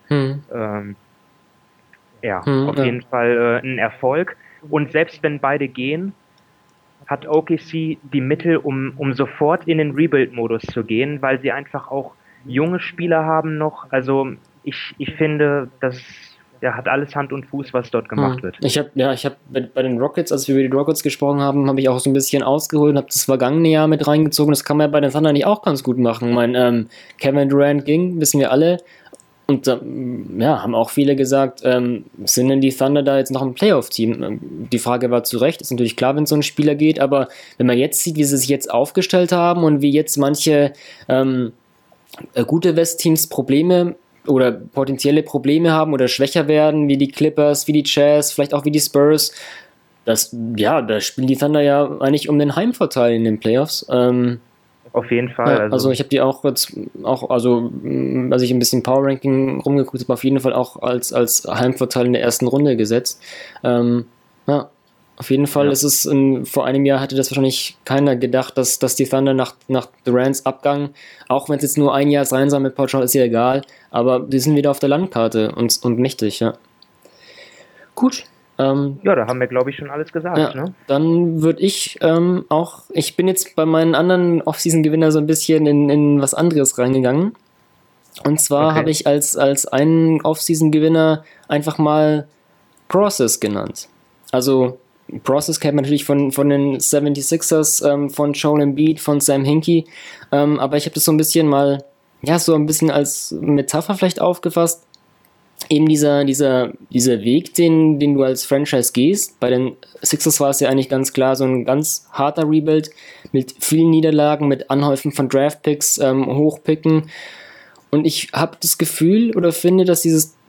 auf jeden Fall ein Erfolg. Und selbst wenn beide gehen, hat OKC die Mittel, um sofort in den Rebuild-Modus zu gehen, weil sie einfach auch junge Spieler haben noch. Also ich finde, das hat alles Hand und Fuß, was dort gemacht wird. Ich habe bei den Rockets, als wir über die Rockets gesprochen haben, habe ich auch so ein bisschen ausgeholt und habe das vergangene Jahr mit reingezogen. Das kann man ja bei den Thunder nicht auch ganz gut machen. Ich meine, Kevin Durant ging, wissen wir alle. Und haben auch viele gesagt, sind denn die Thunder da jetzt noch ein Playoff-Team? Die Frage war zu Recht, ist natürlich klar, wenn so ein Spieler geht, aber wenn man jetzt sieht, wie sie sich jetzt aufgestellt haben und wie jetzt manche gute West-Teams Probleme oder potenzielle Probleme haben oder schwächer werden, wie die Clippers, wie die Jazz, vielleicht auch wie die Spurs, Da spielen die Thunder ja eigentlich um den Heimvorteil in den Playoffs. Auf jeden Fall. Ja, also ich habe die auch jetzt also als ich ein bisschen Power Ranking rumgeguckt habe, auf jeden Fall auch als Heimvorteil in der ersten Runde gesetzt. Ja, auf jeden Fall ist es, vor einem Jahr hatte das wahrscheinlich keiner gedacht, dass die Thunder nach Durants Abgang, auch wenn es jetzt nur ein Jahr sein soll mit Paul George, ist ja egal, aber die sind wieder auf der Landkarte und mächtig, ja. Gut. Ja, da haben wir, glaube ich, schon alles gesagt. Ja, ne? Dann würde ich ich bin jetzt bei meinen anderen Off-Season-Gewinner so ein bisschen in was anderes reingegangen. Und zwar habe ich als einen Off-Season-Gewinner einfach mal Process genannt. Also Process kennt man natürlich von den 76ers, von Joel Embiid, von Sam Hinkie, aber ich habe das so ein bisschen mal, ja, so ein bisschen als Metapher vielleicht aufgefasst. Eben dieser Weg, den du als Franchise gehst. Bei den Sixers war es ja eigentlich ganz klar so ein ganz harter Rebuild mit vielen Niederlagen, mit Anhäufen von Draftpicks, Hochpicken. Und ich habe das Gefühl oder finde, dass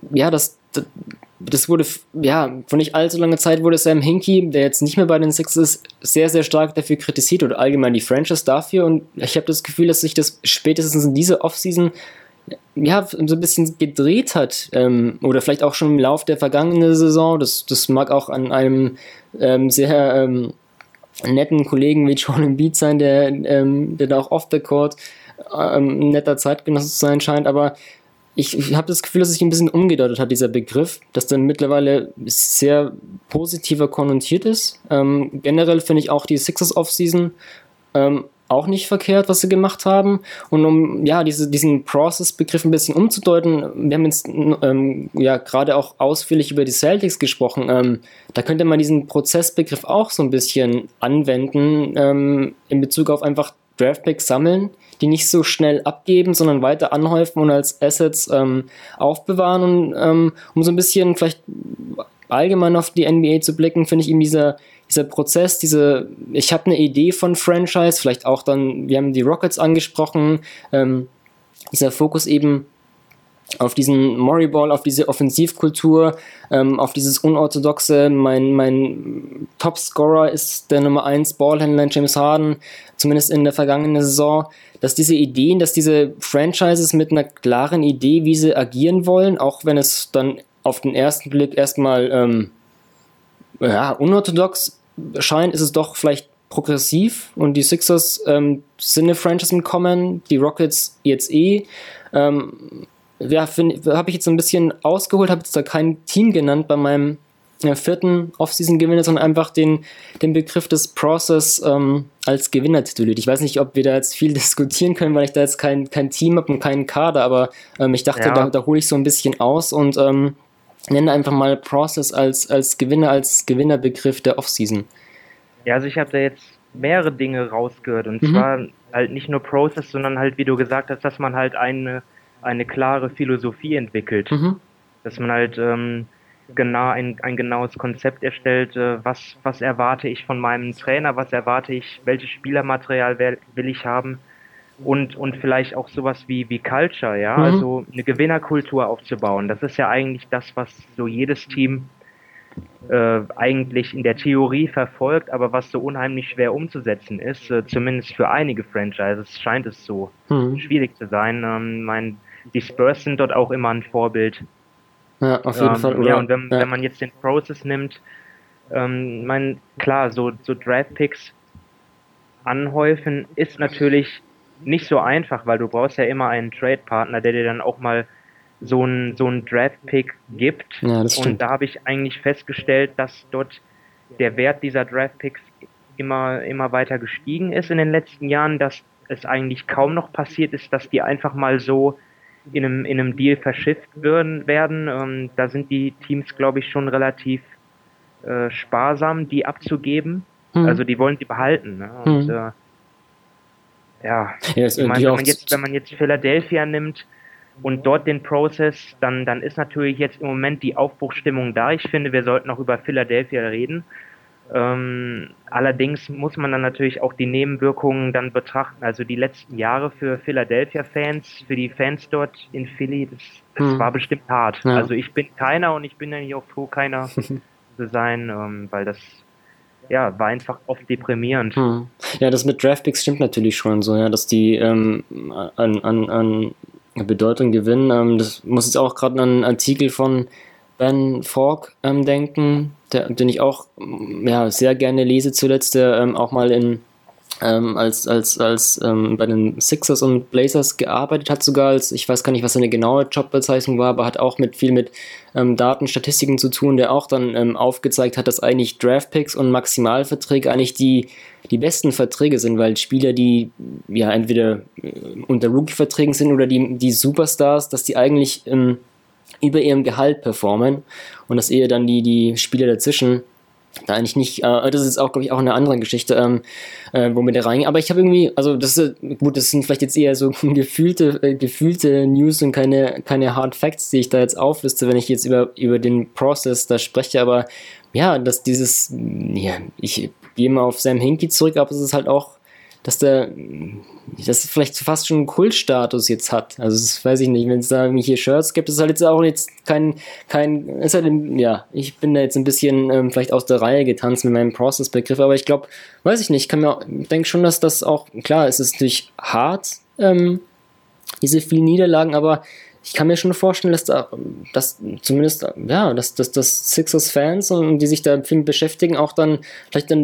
das wurde, vor nicht allzu langer Zeit wurde Sam Hinkie, der jetzt nicht mehr bei den Sixers ist, sehr, sehr stark dafür kritisiert oder allgemein die Franchise dafür. Und ich habe das Gefühl, dass sich das spätestens in dieser Offseason so ein bisschen gedreht hat, oder vielleicht auch schon im Lauf der vergangenen Saison. Das mag auch an einem sehr netten Kollegen wie Joel Embiid sein, der da auch off the court ein netter Zeitgenosse zu sein scheint, aber ich habe das Gefühl, dass sich ein bisschen umgedeutet hat, dieser Begriff, dass dann mittlerweile sehr positiver konnotiert ist. Generell finde ich auch die Sixers Offseason auch nicht verkehrt, was sie gemacht haben. Und um diesen Process-Begriff ein bisschen umzudeuten, wir haben jetzt gerade auch ausführlich über die Celtics gesprochen. Da könnte man diesen Prozessbegriff auch so ein bisschen anwenden, in Bezug auf einfach Draftpicks sammeln, die nicht so schnell abgeben, sondern weiter anhäufen und als Assets aufbewahren. Und um so ein bisschen vielleicht allgemein auf die NBA zu blicken, finde ich eben dieser Prozess, ich habe eine Idee von Franchise, vielleicht auch dann, wir haben die Rockets angesprochen, dieser Fokus eben auf diesen Morey-Ball, auf diese Offensivkultur, auf dieses Unorthodoxe. Mein Topscorer ist der Nummer 1 Ballhändler James Harden, zumindest in der vergangenen Saison, dass diese Ideen, dass diese Franchises mit einer klaren Idee, wie sie agieren wollen, auch wenn es dann auf den ersten Blick erstmal unorthodox scheint, ist es doch vielleicht progressiv und die Sixers sind eine Franchise im Kommen, die Rockets jetzt habe ich jetzt so ein bisschen ausgeholt, habe jetzt da kein Team genannt bei meinem vierten Off-Season-Gewinner, sondern einfach den Begriff des Process als Gewinner tituliert. Ich weiß nicht, ob wir da jetzt viel diskutieren können, weil ich da jetzt kein Team habe und keinen Kader, aber ich dachte, da hole ich so ein bisschen aus und nenne einfach mal Process als Gewinner, als Gewinnerbegriff der Off-Season. Ja, also ich habe da jetzt mehrere Dinge rausgehört und zwar halt nicht nur Process, sondern halt, wie du gesagt hast, dass man halt eine klare Philosophie entwickelt, dass man halt ein genaues Konzept erstellt, was erwarte ich von meinem Trainer, was erwarte ich, welches Spielermaterial will ich haben und vielleicht auch sowas wie Culture, ja, also eine Gewinnerkultur aufzubauen. Das ist ja eigentlich das, was so jedes Team eigentlich in der Theorie verfolgt, aber was so unheimlich schwer umzusetzen ist, zumindest für einige Franchises scheint es so schwierig zu sein. Die Spurs sind dort auch immer ein Vorbild. Ja, auf jeden Fall. Ja, und wenn man jetzt den Process nimmt, klar, so Draftpicks anhäufen ist natürlich nicht so einfach, weil du brauchst ja immer einen Trade-Partner, der dir dann auch mal so ein Draft-Pick gibt. Ja, das stimmt. Und da habe ich eigentlich festgestellt, dass dort der Wert dieser Draft-Picks immer weiter gestiegen ist in den letzten Jahren, dass es eigentlich kaum noch passiert ist, dass die einfach mal so in einem Deal verschifft werden. Da sind die Teams, glaube ich, schon relativ sparsam, die abzugeben. Also die wollen die behalten. Ne? Und ich meine, wenn man jetzt Philadelphia nimmt und dort den Process, dann ist natürlich jetzt im Moment die Aufbruchsstimmung da. Ich finde, wir sollten auch über Philadelphia reden. Allerdings muss man dann natürlich auch die Nebenwirkungen dann betrachten. Also die letzten Jahre für Philadelphia-Fans, für die Fans dort in Philly, das war bestimmt hart. Ja. Also ich bin keiner und ich bin ja nicht auch froh, keiner zu sein, weil das ja, war einfach oft deprimierend. Ja, das mit Draftpicks stimmt natürlich schon so, ja, dass die an Bedeutung gewinnen. Das muss jetzt auch gerade an einen Artikel von Ben Falk denken, den ich auch sehr gerne lese zuletzt, der auch mal als bei den Sixers und Blazers gearbeitet hat, sogar ich weiß gar nicht, was seine genaue Jobbezeichnung war, aber hat auch viel mit Daten, Statistiken zu tun, der auch dann aufgezeigt hat, dass eigentlich Draftpicks und Maximalverträge eigentlich die besten Verträge sind, weil Spieler, die ja entweder unter Rookie-Verträgen sind oder die Superstars, dass die eigentlich über ihrem Gehalt performen und dass eher dann die Spieler dazwischen da eigentlich nicht, das ist auch, glaube ich, auch eine andere Geschichte, wo wir da reingehen. Aber ich habe irgendwie, also das sind vielleicht jetzt eher so gefühlte News und keine Hard Facts, die ich da jetzt aufliste, wenn ich jetzt über den Prozess da spreche. Aber ja, dass ich gehe mal auf Sam Hinkie zurück, aber es ist halt auch, dass das vielleicht fast schon einen Kultstatus jetzt hat. Also das weiß ich nicht, wenn es da hier Shirts gibt, ist halt jetzt auch jetzt ist halt, ich bin da jetzt ein bisschen vielleicht aus der Reihe getanzt mit meinem Process-Begriff, aber ich glaube, weiß ich nicht, ich denke schon, dass das auch, klar, es ist natürlich hart, diese vielen Niederlagen, aber ich kann mir schon vorstellen, dass zumindest, dass Sixers-Fans und die sich da viel beschäftigen, auch dann vielleicht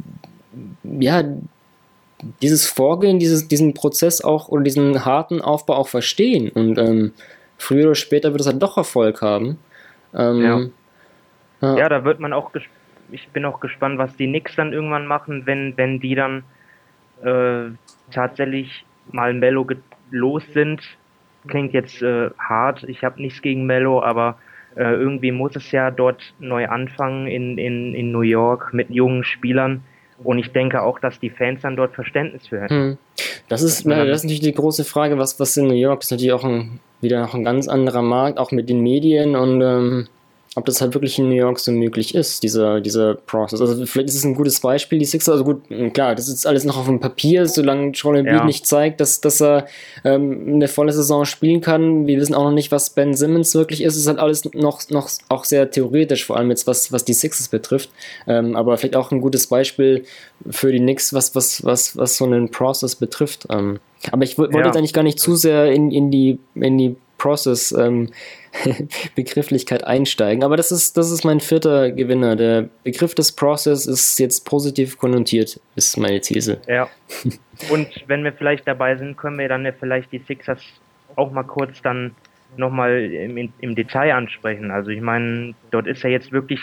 dieses Vorgehen, diesen Prozess auch oder diesen harten Aufbau auch verstehen und früher oder später wird es halt doch Erfolg haben. Ja, da wird man auch, ich bin auch gespannt, was die Knicks dann irgendwann machen, wenn die dann tatsächlich mal Melo los sind. Klingt jetzt hart, ich habe nichts gegen Melo, aber irgendwie muss es ja dort neu anfangen in New York mit jungen Spielern. Und ich denke auch, dass die Fans dann dort Verständnis für hätten. Das ist natürlich die große Frage, was in New York ist natürlich auch wieder noch ein ganz anderer Markt, auch mit den Medien und ob das halt wirklich in New York so möglich ist, dieser Prozess. Also vielleicht ist es ein gutes Beispiel, die Sixers, also gut, klar, das ist alles noch auf dem Papier, solange Joel Embiid nicht zeigt, dass er eine volle Saison spielen kann. Wir wissen auch noch nicht, was Ben Simmons wirklich ist. Es ist halt alles noch auch sehr theoretisch, vor allem jetzt, was die Sixers betrifft. Aber vielleicht auch ein gutes Beispiel für die Knicks, was so einen Prozess betrifft. Aber ich wollte jetzt eigentlich gar nicht zu sehr in die Process Begrifflichkeit einsteigen. Aber das ist mein 4. Gewinner. Der Begriff des Process ist jetzt positiv konnotiert, ist meine These. Ja. Und wenn wir vielleicht dabei sind, können wir dann ja vielleicht die Sixers auch mal kurz dann nochmal im Detail ansprechen. Also ich meine, dort ist ja jetzt wirklich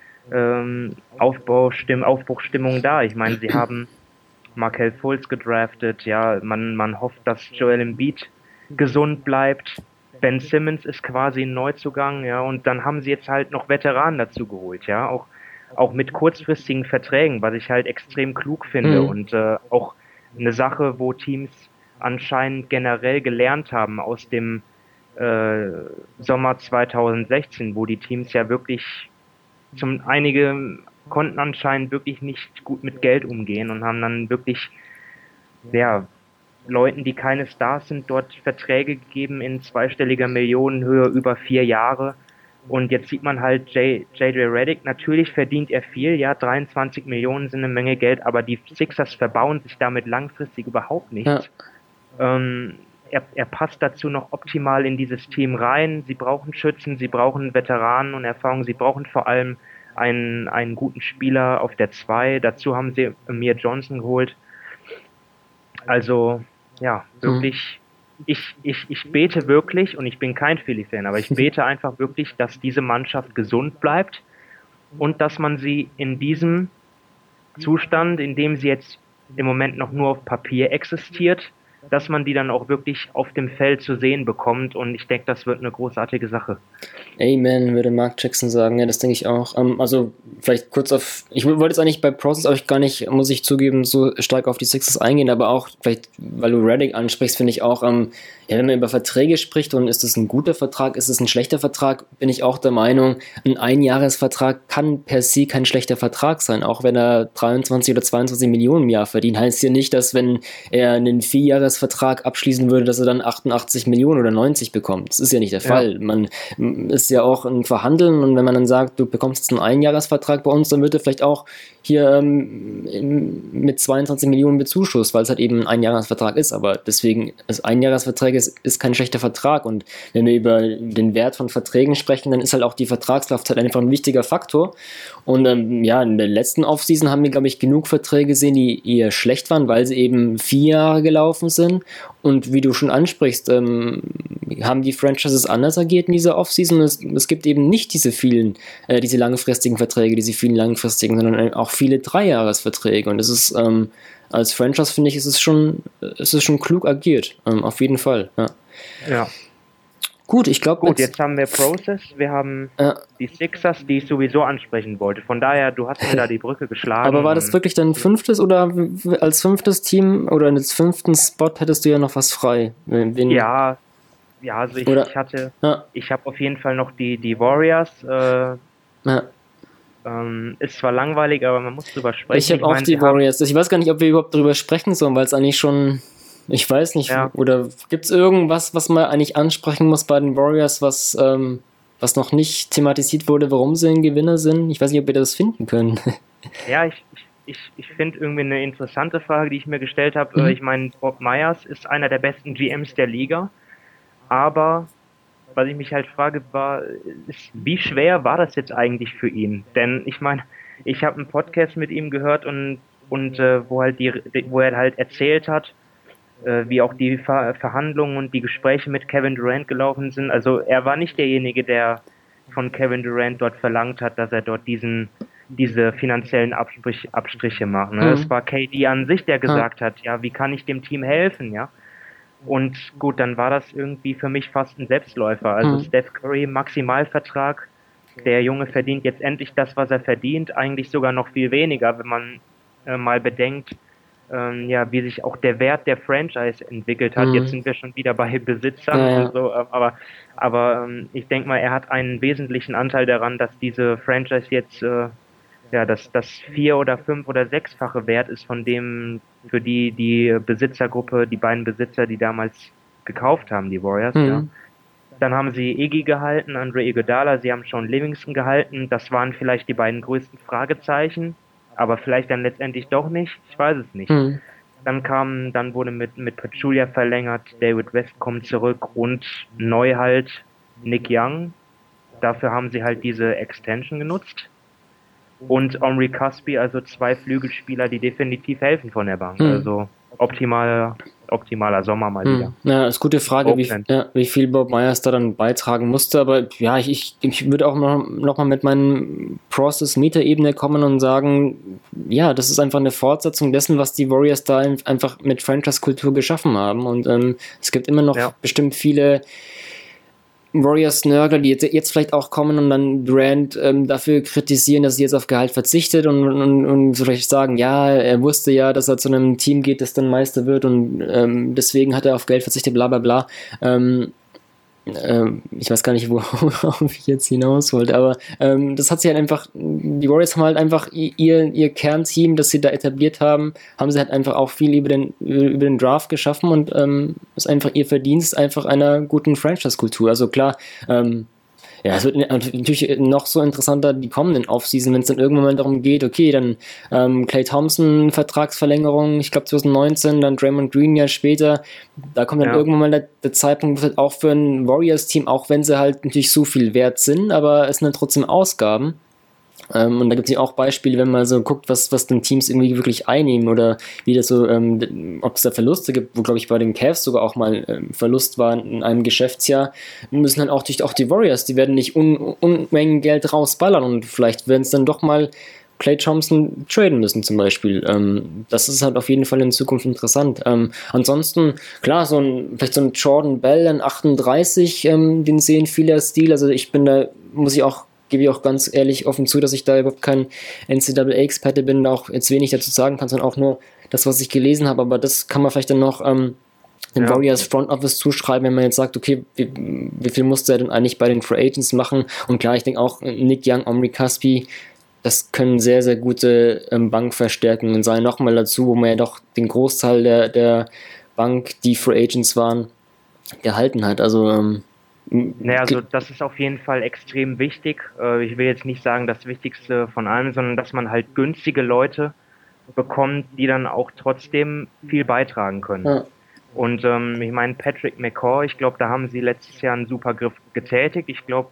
Aufbruchstimmung da. Ich meine, sie haben Markelle Fultz gedraftet. Ja, man hofft, dass Joel Embiid gesund bleibt. Ben Simmons ist quasi ein Neuzugang, ja, und dann haben sie jetzt halt noch Veteranen dazu geholt, ja, auch mit kurzfristigen Verträgen, was ich halt extrem klug finde und auch eine Sache, wo Teams anscheinend generell gelernt haben aus dem Sommer 2016, wo die Teams ja wirklich einige konnten anscheinend wirklich nicht gut mit Geld umgehen und haben dann wirklich, Leuten, die keine Stars sind, dort Verträge gegeben in zweistelliger Millionenhöhe über 4 Jahre. Und jetzt sieht man halt J.J. Redick, natürlich verdient er viel, ja, 23 Millionen sind eine Menge Geld, aber die Sixers verbauen sich damit langfristig überhaupt nichts. Ja. Er passt dazu noch optimal in dieses Team rein. Sie brauchen Schützen, sie brauchen Veteranen und Erfahrung, sie brauchen vor allem einen guten Spieler auf der 2. Dazu haben sie Amir Johnson geholt. Also, ja, wirklich, ich bete wirklich, und ich bin kein Philly-Fan, aber ich bete einfach wirklich, dass diese Mannschaft gesund bleibt und dass man sie in diesem Zustand, in dem sie jetzt im Moment noch nur auf Papier existiert, dass man die dann auch wirklich auf dem Feld zu sehen bekommt, und ich denke, das wird eine großartige Sache. Amen, würde Mark Jackson sagen, ja, das denke ich auch. Also vielleicht kurz ich wollte jetzt eigentlich bei Process auch gar nicht, muss ich zugeben, so stark auf die Sixers eingehen, aber auch vielleicht, weil du Redick ansprichst, finde ich auch, wenn man über Verträge spricht und ist es ein guter Vertrag, ist es ein schlechter Vertrag, bin ich auch der Meinung, ein Einjahresvertrag kann per se kein schlechter Vertrag sein, auch wenn er 23 oder 22 Millionen im Jahr verdient, heißt ja nicht, dass wenn er einen 4-Jahres Einjahresvertrag abschließen würde, dass er dann 88 Millionen oder 90 bekommt. Das ist ja nicht der Fall. Man ist ja auch ein Verhandeln, und wenn man dann sagt, du bekommst jetzt einen Einjahresvertrag bei uns, dann wird er vielleicht auch hier mit 22 Millionen bezuschusst, weil es halt eben ein Einjahresvertrag ist. Aber deswegen, das Einjahresvertrag ist kein schlechter Vertrag. Und wenn wir über den Wert von Verträgen sprechen, dann ist halt auch die Vertragslaufzeit einfach ein wichtiger Faktor. Und in der letzten Offseason haben wir, glaube ich, genug Verträge gesehen, die eher schlecht waren, weil sie eben 4 Jahre gelaufen sind. Und wie du schon ansprichst, haben die Franchises anders agiert in dieser Offseason. Es gibt eben nicht diese langfristigen Verträge, diese vielen langfristigen, sondern auch viele 3-Jahres-Verträge. Und es ist als Franchise, finde ich, ist es schon klug agiert. Auf jeden Fall. Ja. Gut, ich glaube... Gut, jetzt haben wir Process, wir haben die Sixers, die ich sowieso ansprechen wollte. Von daher, du hast mir da die Brücke geschlagen. Aber war das wirklich dein 5. oder als 5. Team oder als 5. Spot hättest du ja noch was frei? Ja, also ich habe auf jeden Fall noch die Warriors. Ist zwar langweilig, aber man muss drüber sprechen. Ich habe auch die Warriors. Ich weiß gar nicht, ob wir überhaupt drüber sprechen sollen, weil es eigentlich schon... Ich weiß nicht, oder gibt es irgendwas, was man eigentlich ansprechen muss bei den Warriors, was noch nicht thematisiert wurde, warum sie ein Gewinner sind? Ich weiß nicht, ob wir das finden können. Ja, ich finde irgendwie eine interessante Frage, die ich mir gestellt habe. Ich meine, Bob Myers ist einer der besten GMs der Liga, aber was ich mich halt frage, ist, wie schwer war das jetzt eigentlich für ihn? Denn ich meine, ich habe einen Podcast mit ihm gehört und wo er halt erzählt hat, wie auch die Verhandlungen und die Gespräche mit Kevin Durant gelaufen sind. Also er war nicht derjenige, der von Kevin Durant dort verlangt hat, dass er dort diese finanziellen Abstriche macht. Ne? Es war KD an sich, der gesagt hat, ja, wie kann ich dem Team helfen, ja? Und gut, dann war das irgendwie für mich fast ein Selbstläufer. Also Steph Curry, Maximalvertrag, der Junge verdient jetzt endlich das, was er verdient, eigentlich sogar noch viel weniger, wenn man mal bedenkt, wie sich auch der Wert der Franchise entwickelt hat. Jetzt sind wir schon wieder bei Besitzern und so, aber ich denke mal, er hat einen wesentlichen Anteil daran, dass diese Franchise jetzt dass das 4- oder 5- oder 6-fache Wert ist von dem, für die Besitzergruppe, die beiden Besitzer, die damals gekauft haben, die Warriors. Ja. Dann haben sie Iggy gehalten, Andre Iguodala, sie haben Sean Livingston gehalten. Das waren vielleicht die beiden größten Fragezeichen, aber vielleicht dann letztendlich doch nicht. Ich weiß es nicht. Dann wurde mit Pachulia verlängert, David West kommt zurück und neu halt Nick Young. Dafür haben sie halt diese Extension genutzt. Und Omri Caspi, also 2 Flügelspieler, die definitiv helfen von der Bank. Also optimaler Sommer mal wieder. Ja, ist eine gute Frage, wie viel Bob Myers da dann beitragen musste. Aber ja, ich würde auch noch mal mit meinen Process-Meta-Ebene kommen und sagen, ja, das ist einfach eine Fortsetzung dessen, was die Warriors da einfach mit Franchise-Kultur geschaffen haben. Und es gibt immer noch bestimmt viele Warriors-Nörgler, die jetzt vielleicht auch kommen und dann Durant dafür kritisieren, dass sie jetzt auf Gehalt verzichtet und so vielleicht sagen, ja, er wusste ja, dass er zu einem Team geht, das dann Meister wird und deswegen hat er auf Geld verzichtet, bla bla bla. Ich weiß gar nicht, worauf ich jetzt hinaus wollte, aber das hat sie halt einfach, die Warriors haben halt einfach ihr Kernteam, das sie da etabliert haben, haben sie halt einfach auch viel über den Draft geschaffen und ist einfach ihr Verdienst einfach einer guten Franchise-Kultur. Also klar, es wird natürlich noch so interessanter die kommenden Offseason, wenn es dann irgendwann mal darum geht, okay, dann Klay Thompson Vertragsverlängerung, ich glaube 2019, dann Draymond Green ein Jahr später, da kommt dann irgendwann mal der Zeitpunkt, halt auch für ein Warriors-Team, auch wenn sie halt natürlich so viel wert sind, aber es sind dann trotzdem Ausgaben. Und da gibt es ja auch Beispiele, wenn man so guckt, was dann Teams irgendwie wirklich einnehmen oder wie das so, ob es da Verluste gibt, wo glaube ich bei den Cavs sogar auch mal Verlust war in einem Geschäftsjahr, müssen dann auch durch auch die Warriors, die werden nicht Unmengen Geld rausballern und vielleicht werden es dann doch mal Klay Thompson traden müssen zum Beispiel. Das ist halt auf jeden Fall in Zukunft interessant. Ansonsten, klar, vielleicht so ein Jordan Bell, ein 38, den sehen viele als Stil, also ich bin da, gebe ich auch ganz ehrlich offen zu, dass ich da überhaupt kein NCAA-Experte bin, auch jetzt wenig dazu sagen kann, sondern auch nur das, was ich gelesen habe, aber das kann man vielleicht dann noch den Warriors Front Office zuschreiben, wenn man jetzt sagt, okay, wie viel musste er denn eigentlich bei den Free Agents machen? Und klar, ich denke auch Nick Young, Omri Caspi, das können sehr, sehr gute Bankverstärkungen sein. Nochmal dazu, wo man ja doch den Großteil der Bank, die Free Agents waren, gehalten hat. Also das ist auf jeden Fall extrem wichtig. Ich will jetzt nicht sagen das Wichtigste von allem, sondern dass man halt günstige Leute bekommt, die dann auch trotzdem viel beitragen können. Ja. Und ich meine, Patrick McCaw, ich glaube, da haben sie letztes Jahr einen super Griff getätigt. Ich glaube,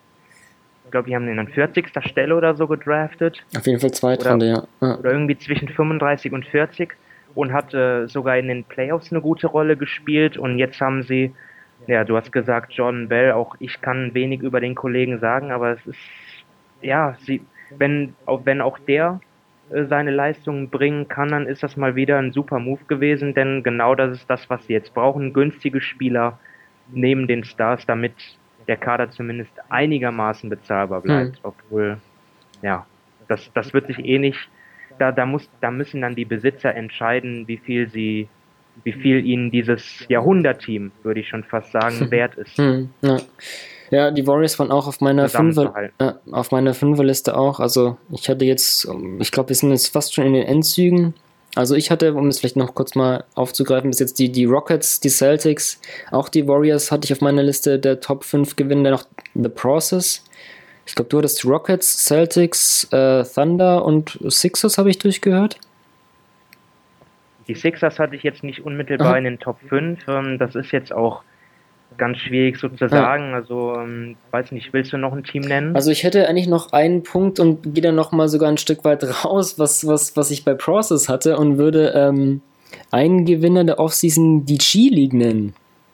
die haben ihn an 40. Stelle oder so gedraftet. Auf jeden Fall Zweitrunde, ja. Oder irgendwie zwischen 35 und 40 und hat sogar in den Playoffs eine gute Rolle gespielt. Und jetzt haben sie, ja, du hast gesagt, Jordan Bell, auch ich kann wenig über den Kollegen sagen, aber es ist, ja, wenn auch der seine Leistungen bringen kann, dann ist das mal wieder ein super Move gewesen, denn genau das ist das, was sie jetzt brauchen, günstige Spieler neben den Stars, damit der Kader zumindest einigermaßen bezahlbar bleibt, obwohl, ja, das wird sich eh nicht, da müssen dann die Besitzer entscheiden, wie viel ihnen dieses Jahrhundertteam, würde ich schon fast sagen, wert ist. Ja, die Warriors waren auch auf meiner Fünferliste auch. Also ich hatte jetzt, ich glaube, wir sind jetzt fast schon in den Endzügen. Also ich hatte, um es vielleicht noch kurz mal aufzugreifen, bis jetzt die Rockets, die Celtics, auch die Warriors hatte ich auf meiner Liste der Top 5 Gewinner, noch The Process. Ich glaube, du hattest Rockets, Celtics, Thunder und Sixers, habe ich durchgehört. Die Sixers hatte ich jetzt nicht unmittelbar in den Top 5. Das ist jetzt auch ganz schwierig so zu sagen. Also, weiß nicht, willst du noch ein Team nennen? Also ich hätte eigentlich noch einen Punkt und gehe dann nochmal sogar ein Stück weit raus, was ich bei Process hatte und würde einen Gewinner der Offseason die G-League nennen.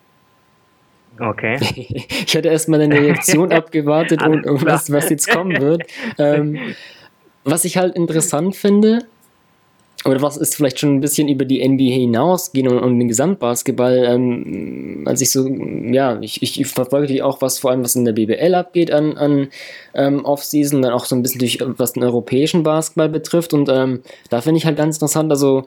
Okay. Ich hatte erstmal deine Reaktion abgewartet und was jetzt kommen wird. Was ich halt interessant finde, oder was ist vielleicht schon ein bisschen über die NBA hinausgehen und den Gesamtbasketball, als ich so, ja, ich verfolge die auch, was vor allem was in der BBL abgeht an Offseason, dann auch so ein bisschen durch, was den europäischen Basketball betrifft und da finde ich halt ganz interessant, also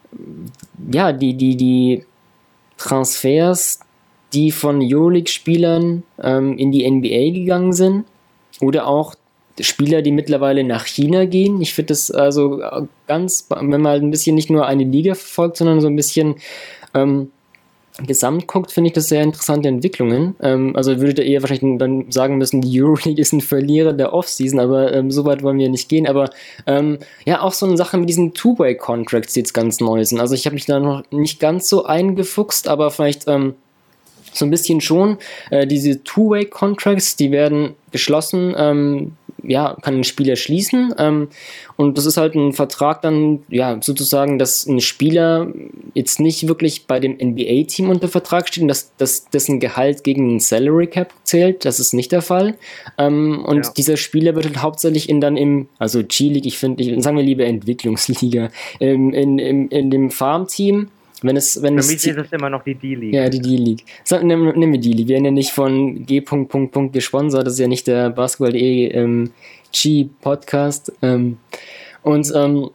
ja, die Transfers, die von Euroleague-Spielern in die NBA gegangen sind oder auch Spieler, die mittlerweile nach China gehen. Ich finde das also ganz, wenn man halt ein bisschen nicht nur eine Liga verfolgt, sondern so ein bisschen gesamt guckt, finde ich das sehr interessante Entwicklungen. Also würdet ihr eher wahrscheinlich dann sagen müssen, die Euroleague ist ein Verlierer der Offseason, aber so weit wollen wir nicht gehen. Aber ja, auch so eine Sache mit diesen Two-Way-Contracts, die jetzt ganz neu sind. Also ich habe mich da noch nicht ganz so eingefuchst, aber vielleicht so ein bisschen schon. Diese Two-Way-Contracts, die werden geschlossen, ja, kann ein Spieler schließen und das ist halt ein Vertrag dann, ja, sozusagen, dass ein Spieler jetzt nicht wirklich bei dem NBA-Team unter Vertrag steht und dass dessen Gehalt gegen den Salary Cap zählt, das ist nicht der Fall und dieser Spieler wird halt hauptsächlich also G-League, sagen wir lieber Entwicklungsliga, in dem Farm-Team. Für mich ist es immer noch die D-League. Ja, die D-League. Nehmen wir D-League. Wir werden ja nicht von G. gesponsert. Das ist ja nicht der Basketball.de G-Podcast. Genau.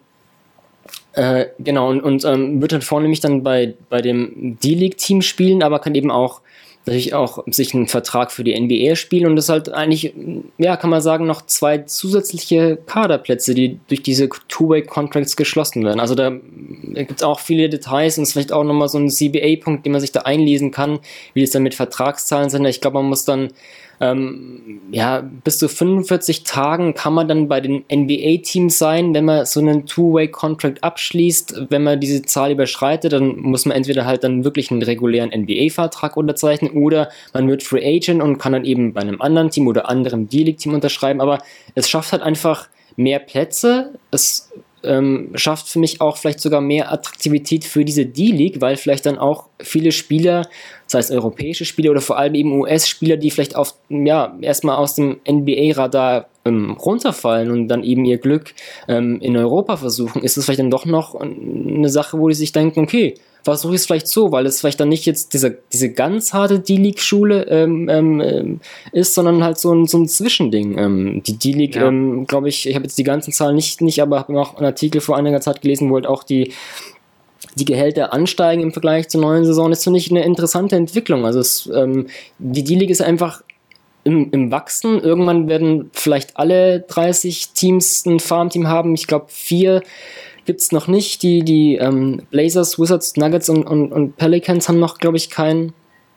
Und wird dann vornehmlich dann bei dem D-League-Team spielen, aber kann eben auch natürlich auch sich einen Vertrag für die NBA spielen und das halt eigentlich, ja, kann man sagen, noch 2 zusätzliche Kaderplätze, die durch diese Two-Way-Contracts geschlossen werden. Also da gibt es auch viele Details und es ist vielleicht auch nochmal so ein CBA-Punkt, den man sich da einlesen kann, wie das dann mit Vertragszahlen sind. Ich glaube, man muss dann bis zu 45 Tagen kann man dann bei den NBA-Teams sein, wenn man so einen Two-Way-Contract abschließt. Wenn man diese Zahl überschreitet, dann muss man entweder halt dann wirklich einen regulären NBA-Vertrag unterzeichnen oder man wird Free Agent und kann dann eben bei einem anderen Team oder anderem D-League-Team unterschreiben. Aber es schafft halt einfach mehr Plätze. Es schafft für mich auch vielleicht sogar mehr Attraktivität für diese D-League, weil vielleicht dann auch viele Spieler, das heißt europäische Spieler oder vor allem eben US-Spieler, die vielleicht erstmal aus dem NBA-Radar runterfallen und dann eben ihr Glück in Europa versuchen, ist es vielleicht dann doch noch eine Sache, wo die sich denken, okay, versuche ich es vielleicht so, weil es vielleicht dann nicht jetzt diese ganz harte D-League-Schule ist, sondern halt so ein Zwischending. Die D-League, glaube ich habe jetzt die ganzen Zahlen nicht, aber habe auch einen Artikel vor einiger Zeit gelesen, wo halt auch die Gehälter ansteigen im Vergleich zur neuen Saison. Das finde ich eine interessante Entwicklung. Also die D-League ist einfach im Wachsen. Irgendwann werden vielleicht alle 30 Teams ein Farmteam haben. Ich glaube 4 gibt es noch nicht. Die Blazers, Wizards, Nuggets und Pelicans haben noch, glaube ich, kein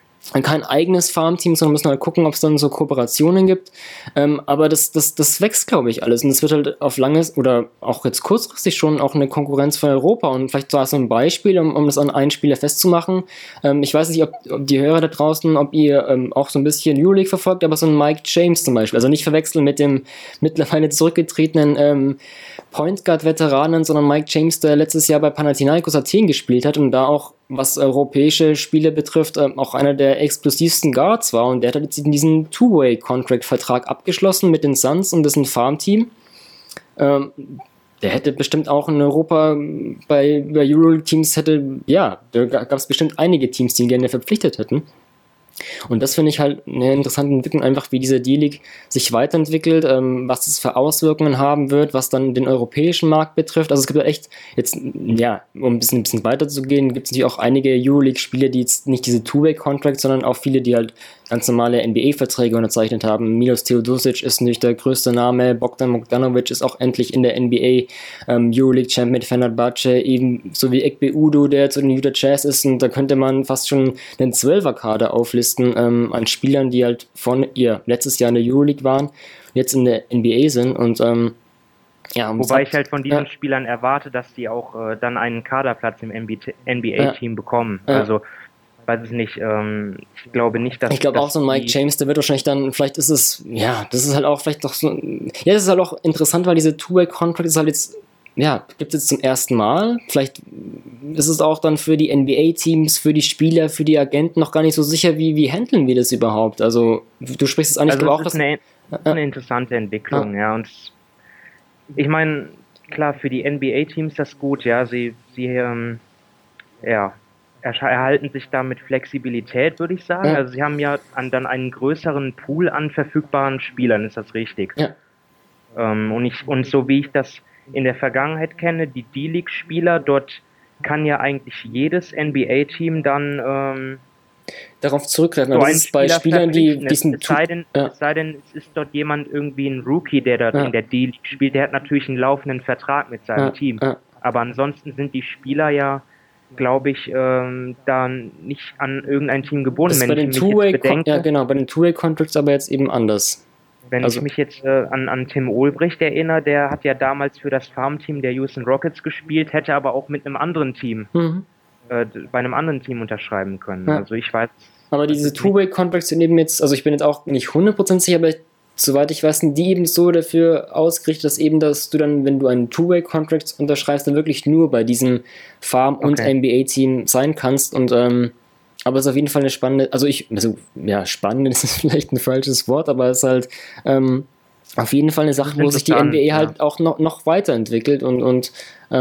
eigenes Farmteam, sondern müssen halt gucken, ob es dann so Kooperationen gibt. Aber das wächst, glaube ich, alles. Und es wird halt auf langes oder auch jetzt kurzfristig schon auch eine Konkurrenz von Europa. Und vielleicht so ein Beispiel, um das an einen Spieler festzumachen. Ich weiß nicht, ob die Hörer da draußen, ob ihr auch so ein bisschen Euroleague verfolgt, aber so ein Mike James zum Beispiel. Also nicht verwechseln mit dem mittlerweile zurückgetretenen Point Guard-Veteranen, sondern Mike James, der letztes Jahr bei Panathinaikos Athen gespielt hat und da auch, was europäische Spiele betrifft, auch einer der explosivsten Guards war. Und der hat jetzt diesen Two-Way-Contract-Vertrag abgeschlossen mit den Suns und dessen Farmteam. Der hätte bestimmt auch in Europa bei Euroleague-Teams da gab es bestimmt einige Teams, die ihn gerne verpflichtet hätten. Und das finde ich halt eine interessante Entwicklung, einfach wie diese D-League sich weiterentwickelt, was das für Auswirkungen haben wird, was dann den europäischen Markt betrifft. Also es gibt ja echt jetzt, ja, um ein bisschen weiter zu gehen, gibt es natürlich auch einige Euroleague-Spieler, die jetzt nicht diese Two-Way-Contracts, sondern auch viele, die halt ganz normale NBA-Verträge unterzeichnet haben. Milos Teodosic ist natürlich der größte Name, Bogdan Bogdanovic ist auch endlich in der NBA, Euroleague-Champ mit Fenerbahce, ebenso wie Ekpe Udo, der zu den Utah Jazz ist, und da könnte man fast schon einen 12er-Kader auflisten an Spielern, die halt letztes Jahr in der Euroleague waren und jetzt in der NBA sind. Und wobei ich halt von diesen Spielern erwarte, dass die auch dann einen Kaderplatz im NBA-Team bekommen. Also weiß es nicht, ich glaube nicht, dass... Ich glaube auch so ein Mike James, der wird wahrscheinlich dann, vielleicht ist es, das ist halt auch vielleicht doch so, das ist halt auch interessant, weil diese Two-Way-Contract ist halt jetzt, gibt es jetzt zum ersten Mal, vielleicht ist es auch dann für die NBA-Teams, für die Spieler, für die Agenten noch gar nicht so sicher, wie handeln wir das überhaupt, also du sprichst es an, ich glaube auch, das ist eine interessante Entwicklung, und ich meine, klar, für die NBA-Teams ist das gut, sie erhalten sich damit Flexibilität, würde ich sagen. Also sie haben ja dann einen größeren Pool an verfügbaren Spielern, ist das richtig? Ja. Und so wie ich das in der Vergangenheit kenne, die D-League-Spieler, dort kann ja eigentlich jedes NBA-Team dann darauf zurückgreifen. So das ist bei Spielern, die diesen... Es sei denn, es ist dort jemand irgendwie ein Rookie, der dort in der D-League spielt, der hat natürlich einen laufenden Vertrag mit seinem Team. Aber ansonsten sind die Spieler glaube ich, dann nicht an irgendein Team gebunden. Das ist bei den bei den Two-Way-Contracts aber jetzt eben anders. Wenn ich mich jetzt an Tim Olbricht erinnere, der hat ja damals für das Farmteam der Houston Rockets gespielt, hätte aber auch mit einem anderen Team, bei einem anderen Team unterschreiben können. Ja. Also ich weiß... Aber diese Two-Way-Contracts sind eben jetzt, also ich bin jetzt auch nicht 100% sicher, aber soweit ich weiß, sind die eben so dafür ausgerichtet, dass du dann, wenn du einen Two-Way-Contract unterschreibst, dann wirklich nur bei diesem Farm- und NBA-Team sein kannst. Und aber es ist auf jeden Fall eine spannende, spannend ist vielleicht ein falsches Wort, aber es ist halt auf jeden Fall eine Sache, wo sich die NBA halt auch noch weiterentwickelt und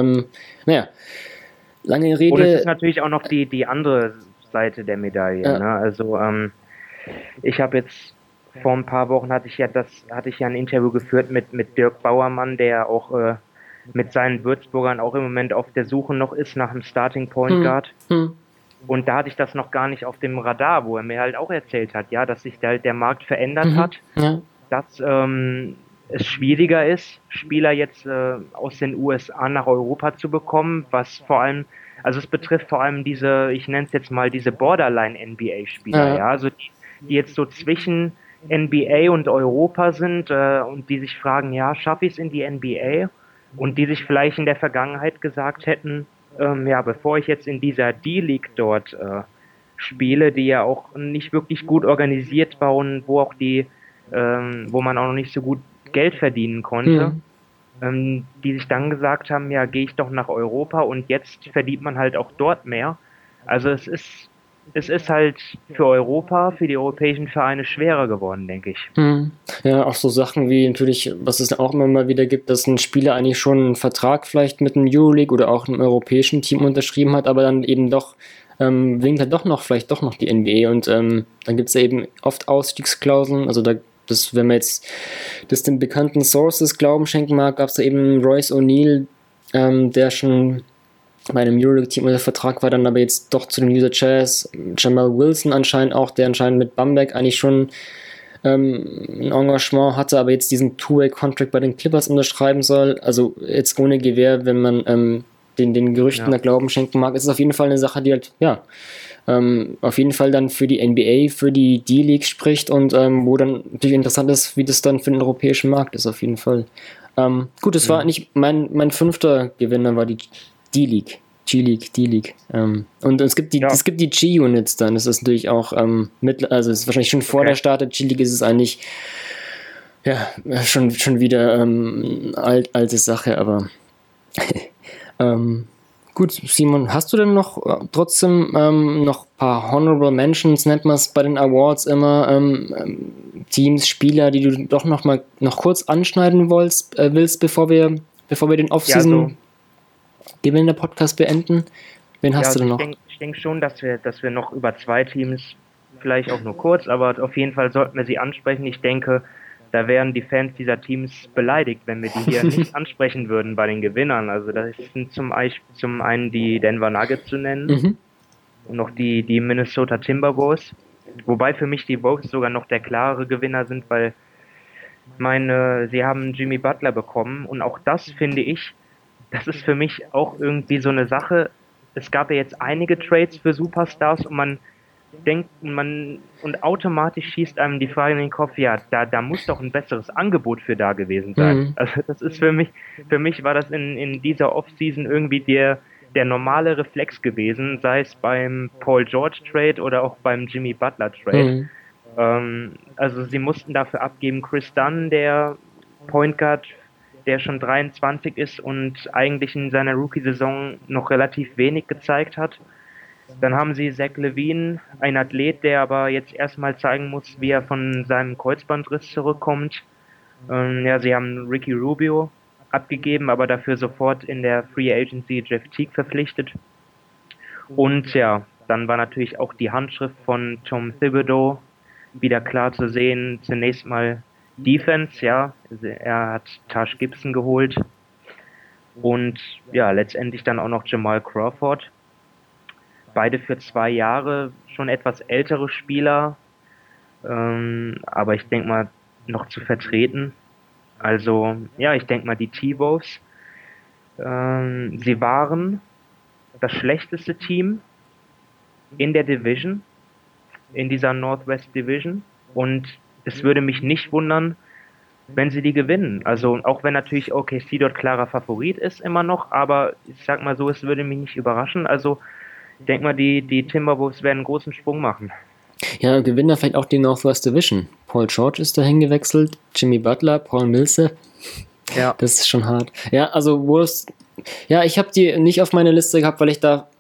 lange Rede. Und es ist natürlich auch noch die andere Seite der Medaille. Ja. Ne? Also ich habe jetzt vor ein paar Wochen hatte ich ein Interview geführt mit Dirk Bauermann, der auch mit seinen Würzburgern auch im Moment auf der Suche noch ist nach einem Starting Point Guard. Und da hatte ich das noch gar nicht auf dem Radar, wo er mir halt auch erzählt hat, dass sich halt der Markt verändert hat, dass es schwieriger ist, Spieler jetzt aus den USA nach Europa zu bekommen, was vor allem, also es betrifft vor allem diese, ich nenne es jetzt mal diese Borderline-NBA-Spieler, also die jetzt so zwischen NBA und Europa sind und die sich fragen, schaffe ich es in die NBA? Und die sich vielleicht in der Vergangenheit gesagt hätten, bevor ich jetzt in dieser D-League dort spiele, die ja auch nicht wirklich gut organisiert war und wo man auch noch nicht so gut Geld verdienen konnte, die sich dann gesagt haben, gehe ich doch nach Europa und jetzt verdient man halt auch dort mehr. Also es ist halt für Europa, für die europäischen Vereine schwerer geworden, denke ich. Ja, auch so Sachen wie natürlich, was es auch immer mal wieder gibt, dass ein Spieler eigentlich schon einen Vertrag vielleicht mit einem Euroleague oder auch einem europäischen Team unterschrieben hat, aber dann eben doch winkt er vielleicht doch noch die NBA und dann gibt es ja eben oft Ausstiegsklauseln, also wenn man jetzt das den bekannten Sources Glauben schenken mag, gab es da eben Royce O'Neal, der schon bei einem Euroleague-Team unter Vertrag war, dann aber jetzt doch zu den Utah Jazz, Jamal Wilson anscheinend auch, der anscheinend mit Bamberg eigentlich schon ein Engagement hatte, aber jetzt diesen Two-Way-Contract bei den Clippers unterschreiben soll. Also jetzt ohne Gewähr, wenn man den Gerüchten da Glauben schenken mag, ist es auf jeden Fall eine Sache, die halt, auf jeden Fall dann für die NBA, für die D-League spricht und wo dann natürlich interessant ist, wie das dann für den europäischen Markt ist, auf jeden Fall. Gut, es war nicht mein 5. Gewinner, war die D-League. G-League, D-League. Und es gibt die G-Units dann, das ist natürlich auch also es ist wahrscheinlich schon vor der Start der G-League ist es eigentlich schon wieder alte Sache, aber gut, Simon, hast du denn noch trotzdem noch ein paar Honorable Mentions, nennt man es bei den Awards immer, Teams, Spieler, die du doch noch kurz anschneiden willst, bevor wir den Off-Season Gewinner Podcast beenden? Wen hast du denn noch? Ich denke schon, dass wir noch über 2 Teams, vielleicht auch nur kurz, aber auf jeden Fall sollten wir sie ansprechen. Ich denke, da wären die Fans dieser Teams beleidigt, wenn wir die hier nicht ansprechen würden bei den Gewinnern. Also das sind zum einen die Denver Nuggets zu nennen und noch die Minnesota Timberwolves. Wobei für mich die Wolves sogar noch der klarere Gewinner sind, weil sie haben Jimmy Butler bekommen und auch das finde ich, das ist für mich auch irgendwie so eine Sache. Es gab ja jetzt einige Trades für Superstars und man denkt, und automatisch schießt einem die Frage in den Kopf, ja, da muss doch ein besseres Angebot für da gewesen sein. Also das ist für mich war das in dieser Offseason irgendwie der normale Reflex gewesen, sei es beim Paul George Trade oder auch beim Jimmy Butler Trade. Also sie mussten dafür abgeben, Chris Dunn, der Point Guard, der schon 23 ist und eigentlich in seiner Rookie-Saison noch relativ wenig gezeigt hat. Dann haben sie Zach LaVine, ein Athlet, der aber jetzt erstmal zeigen muss, wie er von seinem Kreuzbandriss zurückkommt. Sie haben Ricky Rubio abgegeben, aber dafür sofort in der Free Agency Jeff Teague verpflichtet. Und dann war natürlich auch die Handschrift von Tom Thibodeau wieder klar zu sehen. Zunächst mal Defense, er hat Taj Gibson geholt und letztendlich dann auch noch Jamal Crawford. Beide für 2 Jahre, schon etwas ältere Spieler, aber ich denke mal noch zu vertreten. Also ich denke mal die T-Wolves, sie waren das schlechteste Team in der Division, in dieser Northwest Division und es würde mich nicht wundern, wenn sie die gewinnen. Also auch wenn natürlich OKC dort klarer Favorit ist immer noch, aber ich sag mal so, es würde mich nicht überraschen. Also ich denke mal, die Timberwolves werden einen großen Sprung machen. Ja, Gewinner vielleicht auch die Northwest Division. Paul George ist dahin gewechselt, Jimmy Butler, Paul Millsap. Ja. Das ist schon hart. Ja, also Wolves, ich habe die nicht auf meine Liste gehabt, weil ich da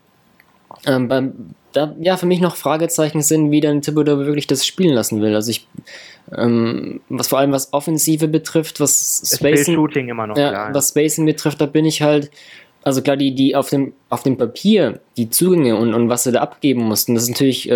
für mich noch Fragezeichen sind, wie dann Thibodeau wirklich das spielen lassen will. Also was vor allem was Offensive betrifft, was Spacing, Shooting immer noch, was Spacing betrifft, da bin ich halt, also klar, die auf dem Papier, die Zugänge und was sie da abgeben mussten, das ist natürlich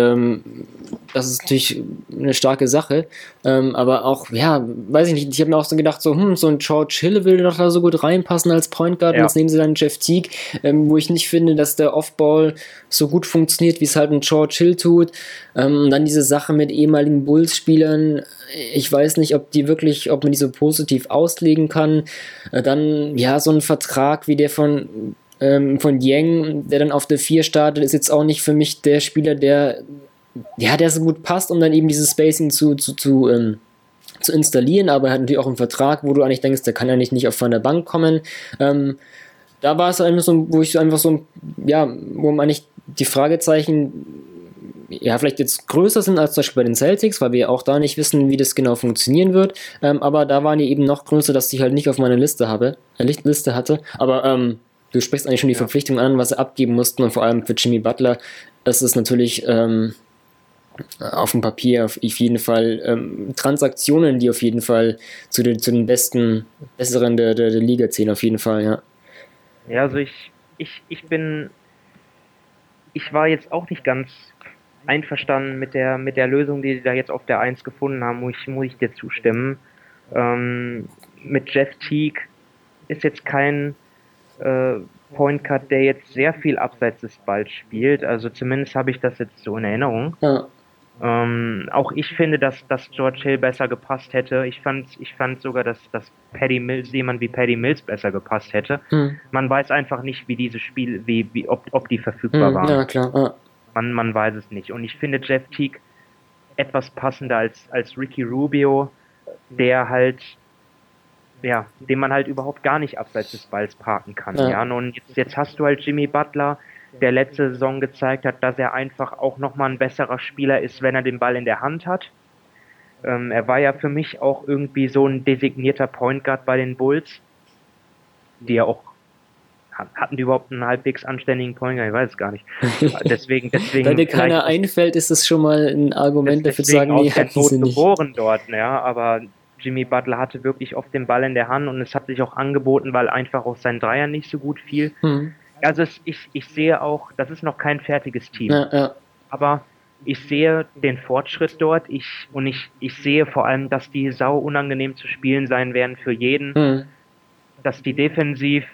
eine starke Sache, aber auch, weiß ich nicht, ich habe mir auch so gedacht, so ein George Hill will doch da so gut reinpassen als Point Guard, und jetzt nehmen sie dann Jeff Teague, wo ich nicht finde, dass der Offball so gut funktioniert, wie es halt ein George Hill tut, dann diese Sache mit ehemaligen Bulls-Spielern, ich weiß nicht, ob man die so positiv auslegen kann, dann, so ein Vertrag wie der von Yang, der dann auf der 4 startet, ist jetzt auch nicht für mich der Spieler, der so gut passt, um dann eben dieses Spacing zu installieren, aber er hat natürlich auch einen Vertrag, wo du eigentlich denkst, der kann ja nicht von der Bank kommen. Da war es einfach so, wo man eigentlich die Fragezeichen vielleicht jetzt größer sind als zum Beispiel bei den Celtics, weil wir ja auch da nicht wissen, wie das genau funktionieren wird, aber da waren die eben noch größer, dass ich halt nicht auf meiner Liste hatte, aber du sprichst eigentlich schon die Verpflichtung an, was sie abgeben mussten, und vor allem für Jimmy Butler, das ist natürlich auf dem Papier auf jeden Fall Transaktionen, die auf jeden Fall zu den besseren der Liga zählen, auf jeden Fall, Ja, also ich war jetzt auch nicht ganz einverstanden mit der Lösung, die sie da jetzt auf der 1 gefunden haben, muss ich dir zustimmen. Mit Jeff Teague ist jetzt kein Point Guard, der jetzt sehr viel abseits des Balls spielt, also zumindest habe ich das jetzt so in Erinnerung. Ja. Auch ich finde, dass George Hill besser gepasst hätte. Ich fand sogar, dass jemand wie Paddy Mills besser gepasst hätte. Man weiß einfach nicht, wie diese Spiele, ob die verfügbar waren. Ja, klar. Ja. Man weiß es nicht. Und ich finde Jeff Teague etwas passender als Ricky Rubio, der halt, ja, den man halt überhaupt gar nicht abseits des Balls parken kann. Ja. Und jetzt hast du halt Jimmy Butler, der letzte Saison gezeigt hat, dass er einfach auch nochmal ein besserer Spieler ist, wenn er den Ball in der Hand hat. Er war ja für mich auch irgendwie so ein designierter Point Guard bei den Bulls, die ja auch hatten die überhaupt einen halbwegs anständigen Point Guard? Ich weiß es gar nicht. Deswegen Wenn dir keiner einfällt, ist das schon mal ein Argument dafür zu sagen, nee, hatten sie nicht. Geboren dort, ja, aber Jimmy Butler hatte wirklich oft den Ball in der Hand und es hat sich auch angeboten, weil einfach auch sein Dreier nicht so gut fiel. Also ich sehe auch, das ist noch kein fertiges Team, aber ich sehe den Fortschritt dort. Ich sehe vor allem, dass die sau unangenehm zu spielen sein werden für jeden, dass die defensiv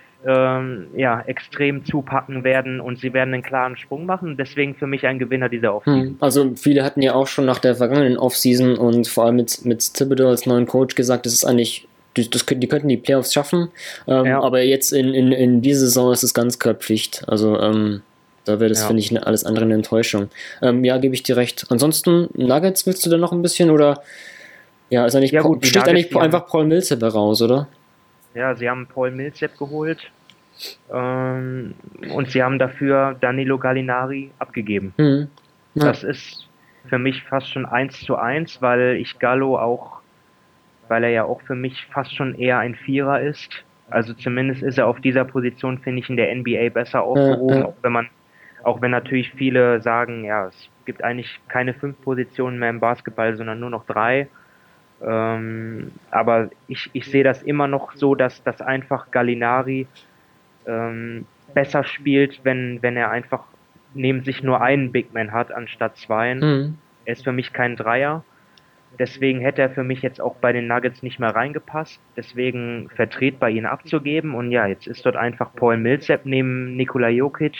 extrem zupacken werden und sie werden einen klaren Sprung machen. Deswegen für mich ein Gewinner dieser Offseason. Also viele hatten ja auch schon nach der vergangenen Offseason und vor allem mit Thibodeau als neuen Coach gesagt, das ist eigentlich, die könnten die Playoffs schaffen, aber jetzt in dieser Saison ist es ganz klar Pflicht. Also da wäre das, finde ich, alles andere eine Enttäuschung. Ja, gebe ich dir recht. Ansonsten, Nuggets willst du da noch ein bisschen oder ja, ist eigentlich sticht eigentlich einfach Paul Millsap heraus, oder? Ja, sie haben Paul Millsap geholt und sie haben dafür Danilo Gallinari abgegeben. Das ist für mich fast schon 1:1, weil er ja auch für mich fast schon eher ein Vierer ist. Also zumindest ist er auf dieser Position, finde ich, in der NBA besser aufgehoben, auch wenn natürlich viele sagen, ja, es gibt eigentlich keine 5 Positionen mehr im Basketball, sondern nur noch 3. Aber ich sehe das immer noch so, dass einfach Gallinari besser spielt, wenn er einfach neben sich nur einen Big Man hat, anstatt 2. Er ist für mich kein Dreier. Deswegen hätte er für mich jetzt auch bei den Nuggets nicht mehr reingepasst. Deswegen vertretbar, ihn abzugeben. Und ja, jetzt ist dort einfach Paul Millsap neben Nikola Jokic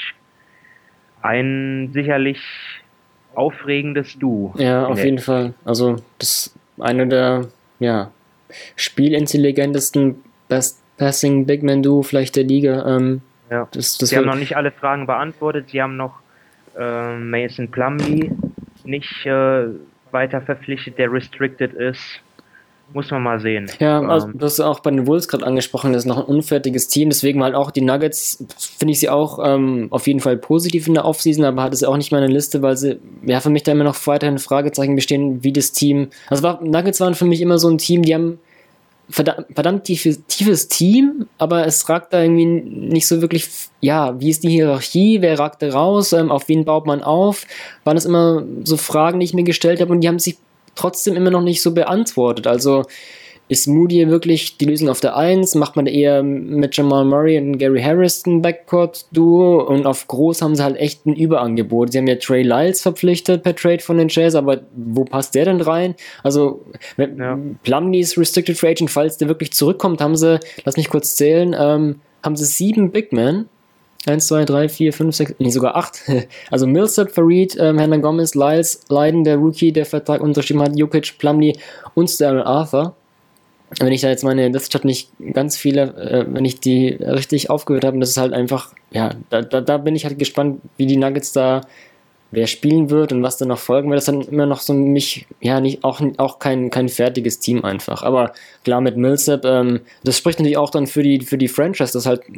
ein sicherlich aufregendes Duo. Ja, auf jeden Fall. Also das einer der spielintelligentesten Best Passing Big Man Duo vielleicht der Liga. Sie haben noch nicht alle Fragen beantwortet. Sie haben noch Mason Plumlee nicht weiter verpflichtet, der restricted ist. Muss man mal sehen. Ja, also du hast auch bei den Wolves gerade angesprochen, das ist noch ein unfertiges Team, deswegen halt auch die Nuggets, finde ich sie auch auf jeden Fall positiv in der Offseason, aber hat es auch nicht mal eine Liste, weil sie, ja, für mich da immer noch weiterhin Fragezeichen bestehen, wie das Team, also Nuggets waren für mich immer so ein Team, die haben verdammt tiefes Team, aber es ragt da irgendwie nicht so wirklich, ja, wie ist die Hierarchie, wer ragt da raus, auf wen baut man auf, waren das immer so Fragen, die ich mir gestellt habe und die haben sich trotzdem immer noch nicht so beantwortet. Also ist Moody wirklich die Lösung auf der 1? Macht man eher mit Jamal Murray und Gary Harris ein Backcourt-Duo? Und auf groß haben sie halt echt ein Überangebot. Sie haben ja Trey Lyles verpflichtet per Trade von den Jazz, aber wo passt der denn rein? Also Plumlee ist Restricted Free Agent, falls der wirklich zurückkommt, haben sie, lass mich kurz zählen, haben sie 7 Big Men. 1, 2, 3, 4, 5, 6, nee, sogar 8. Also Millsap, Fareed, Hernan Gomez, Lyles, Leiden, der Rookie, der Vertrag unterschrieben hat, Jokic, Plumlee und Darren Arthur. Wenn ich da jetzt meine Liste habe, nicht ganz viele, wenn ich die richtig aufgehört habe, das ist halt einfach, ja, da bin ich halt gespannt, wie die Nuggets da, wer spielen wird und was da noch folgen wird. Das ist dann immer noch so auch kein fertiges Team einfach. Aber klar mit Millsap, das spricht natürlich auch dann für die Franchise, dass halt,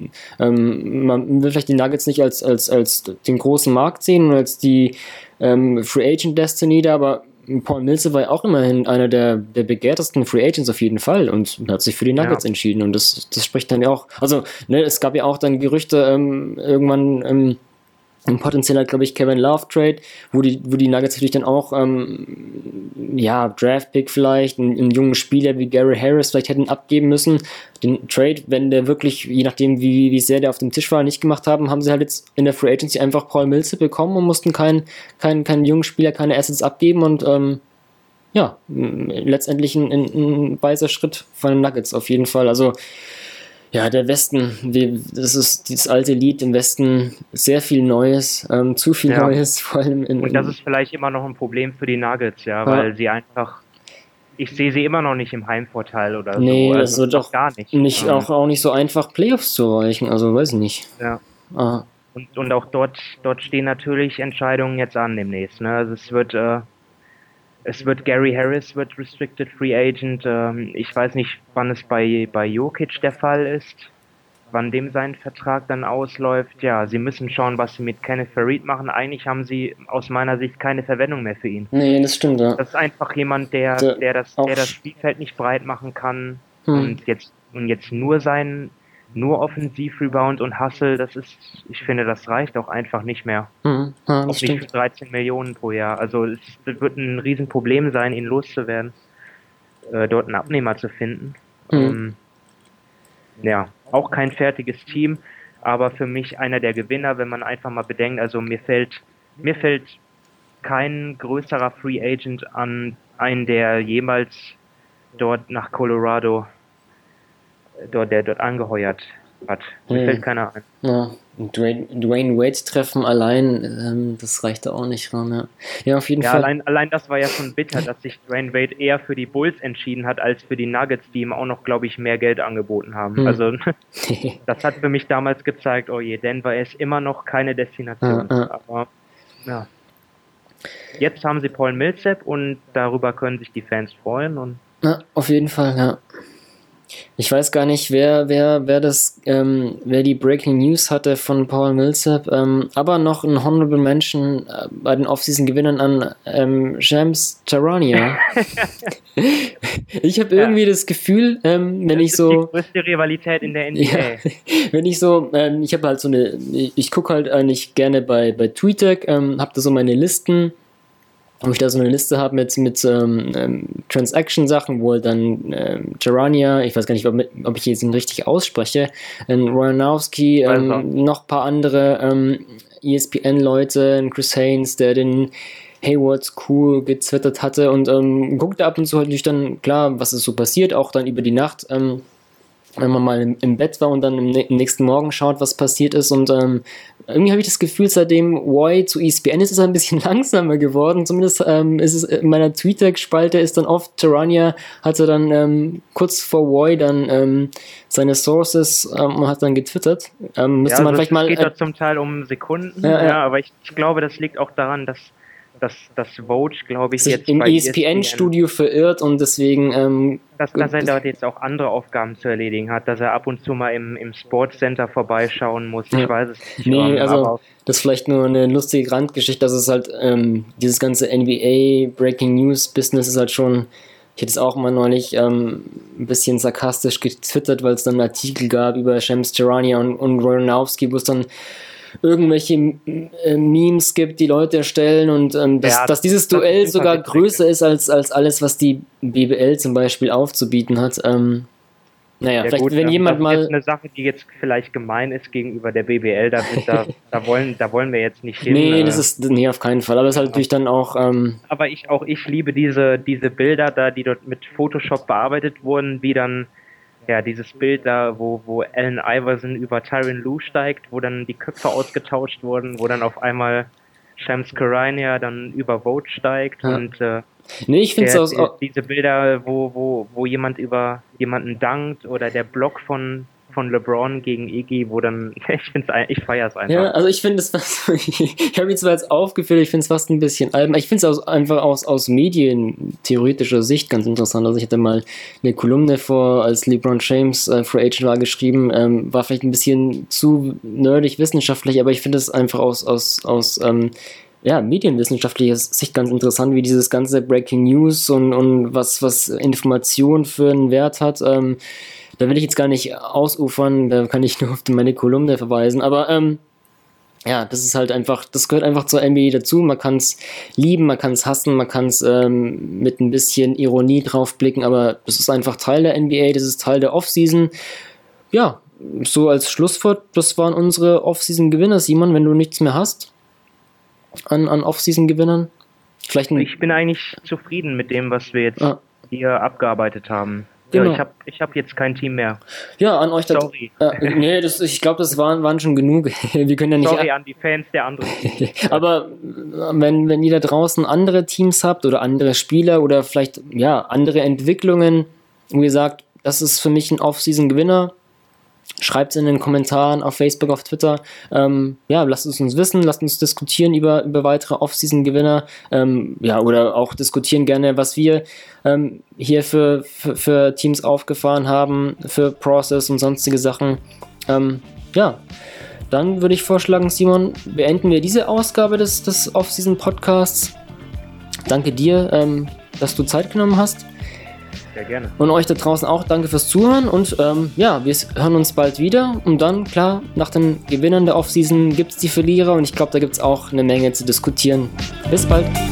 man will vielleicht die Nuggets nicht als den großen Markt sehen und als die Free Agent Destiny da, aber Paul Millsap war ja auch immerhin einer der begehrtesten Free Agents auf jeden Fall und hat sich für die Nuggets entschieden und das spricht dann ja auch, also es gab ja auch dann Gerüchte irgendwann ein potenzieller, glaube ich, Kevin Love Trade, wo die Nuggets natürlich dann auch Draft-Pick vielleicht, einen jungen Spieler wie Gary Harris vielleicht hätten abgeben müssen. Den Trade, wenn der wirklich, je nachdem wie sehr der auf dem Tisch war, nicht gemacht haben sie halt jetzt in der Free Agency einfach Paul Millsap bekommen und mussten keinen jungen Spieler, keine Assets abgeben und letztendlich ein weiser Schritt von den Nuggets auf jeden Fall. Also Ja, der Westen, das ist dieses alte Lied im Westen, sehr viel Neues, zu viel Ja. Neues, vor allem Und das ist vielleicht immer noch ein Problem für die Nuggets, ja, weil sie einfach, ich sehe sie immer noch nicht im Heimvorteil oder nee, so. das wird auch gar nicht. Auch nicht so einfach, Playoffs zu erreichen, also weiß ich nicht. Ja. Und auch dort stehen natürlich Entscheidungen jetzt an demnächst, ne? Also es wird Gary Harris wird Restricted Free Agent. Ich weiß nicht, wann es bei Jokic der Fall ist, wann dem sein Vertrag dann ausläuft. Ja, sie müssen schauen, was sie mit Kenneth Faried machen. Eigentlich haben sie aus meiner Sicht keine Verwendung mehr für ihn. Nee, das stimmt, ja. Das ist einfach jemand, der das Spielfeld nicht breit machen kann und jetzt nur Offensiv-Rebound und Hustle, ich finde, das reicht auch einfach nicht mehr. Ja, das auch stimmt. nicht für 13 Millionen pro Jahr. Also es wird ein Riesenproblem sein, ihn loszuwerden, dort einen Abnehmer zu finden. Ja, auch kein fertiges Team, aber für mich einer der Gewinner, wenn man einfach mal bedenkt, also mir fällt kein größerer Free Agent ein, der jemals dort nach Colorado der dort angeheuert hat. Mir fällt keiner ein. Ja, Dwayne Wade treffen allein, das reichte auch nicht ran, ja. Ja, auf jeden Fall. Allein das war ja schon bitter, dass sich Dwayne Wade eher für die Bulls entschieden hat, als für die Nuggets, die ihm auch noch, glaube ich, mehr Geld angeboten haben. Also, das hat für mich damals gezeigt, oh je, Denver ist immer noch keine Destination. Aber, ja. Jetzt haben sie Paul Millsap und darüber können sich die Fans freuen. Und ja, auf jeden Fall, ja. Ich weiß gar nicht, wer die Breaking News hatte von Paul Millsap, aber noch ein Honorable Mention bei den Offseason-Gewinnern an Shams Charania. Ich habe irgendwie das Gefühl, wenn ich so... Das ist die größte Rivalität in der NBA. Ja, wenn ich so, ich habe halt ich gucke halt eigentlich gerne bei TweetDeck, habe da so meine Listen, wo ich da so eine Liste habe mit Transaction-Sachen, wo dann Charania, ich weiß gar nicht, ob ich jetzt ihn richtig ausspreche, Rojanowski, noch ein paar andere ESPN-Leute, Chris Haynes, der den Haywards cool gezwittert hatte und guckte ab und zu natürlich dann, klar, was ist so passiert, auch dann über die Nacht, wenn man mal im Bett war und dann im nächsten Morgen schaut, was passiert ist. Und irgendwie habe ich das Gefühl, seitdem Roy zu ESPN ist es ein bisschen langsamer geworden. Zumindest ist es in meiner Twitter-Spalte ist dann oft, Charania hatte dann kurz vor Roy dann seine Sources und hat dann getwittert. Müsste man vielleicht mal... Es geht da zum Teil um Sekunden, aber ich glaube, das liegt auch daran, dass Woj, glaube ich, jetzt im bei ESPN-Studio verirrt und deswegen... dass er dort jetzt auch andere Aufgaben zu erledigen hat, dass er ab und zu mal im Sportscenter vorbeischauen muss. Ich weiß es nicht. Nee, also das ist vielleicht nur eine lustige Randgeschichte, dass es halt dieses ganze NBA Breaking News Business ist halt schon... Ich hätte es auch mal neulich ein bisschen sarkastisch getwittert, weil es dann einen Artikel gab über Shams Charania und Rojanowski, wo es dann irgendwelche Memes gibt, die Leute erstellen und dass dieses Duell sogar größer ist als alles, was die BBL zum Beispiel aufzubieten hat. Naja, vielleicht wenn jemand das mal... ist jetzt eine Sache, die jetzt vielleicht gemein ist gegenüber der BBL, da wollen wir jetzt nicht hin. Nee, auf keinen Fall, aber es ist halt natürlich dann auch... Aber ich liebe diese Bilder da, die dort mit Photoshop bearbeitet wurden, wie dann dieses Bild da, wo Allen Iverson über Tyronn Lue steigt, wo dann die Köpfe ausgetauscht wurden, wo dann auf einmal Shams Charania dann über Woj steigt und ich finde es diese Bilder, wo jemand über jemanden dankt oder der Block von LeBron gegen Iggy, wo dann, ich feiere es einfach. Ja, also ich finde es ich habe ihn zwar jetzt aufgeführt, ich finde es fast ein bisschen albern. Ich finde es einfach aus medientheoretischer Sicht ganz interessant. Also ich hatte mal eine Kolumne als LeBron James Free Agent war geschrieben, war vielleicht ein bisschen zu nerdig wissenschaftlich, aber ich finde es einfach aus medienwissenschaftlicher Sicht ganz interessant, wie dieses ganze Breaking News und was Information für einen Wert hat. Da will ich jetzt gar nicht ausufern, da kann ich nur auf meine Kolumne verweisen, aber das ist halt einfach, das gehört einfach zur NBA dazu, man kann es lieben, man kann es hassen, man kann es mit ein bisschen Ironie drauf blicken, aber das ist einfach Teil der NBA, das ist Teil der Offseason. Ja, so als Schlusswort, das waren unsere Offseason-Gewinner. Simon, wenn du nichts mehr hast an Offseason-Gewinnern? Ich bin eigentlich zufrieden mit dem, was wir jetzt hier abgearbeitet haben. Genau. Ja, ich hab jetzt kein Team mehr. Ja, an euch da. Sorry. Nee, ich glaube, das waren schon genug. Wir können ja nicht. Sorry an die Fans der anderen. Aber wenn ihr da draußen andere Teams habt oder andere Spieler oder vielleicht andere Entwicklungen, wo ihr sagt, das ist für mich ein Off-Season-Gewinner, schreibt es in den Kommentaren auf Facebook, auf Twitter. Lasst es uns wissen, lasst uns diskutieren über weitere Off-Season-Gewinner. Oder auch diskutieren gerne, was wir hier für Teams aufgefahren haben, für Process und sonstige Sachen. Dann würde ich vorschlagen, Simon, beenden wir diese Ausgabe des Off-Season-Podcasts. Danke dir, dass du Zeit genommen hast. Sehr gerne. Und euch da draußen auch danke fürs Zuhören und wir hören uns bald wieder und dann, klar, nach den Gewinnern der Offseason gibt es die Verlierer und ich glaube, da gibt es auch eine Menge zu diskutieren. Bis bald!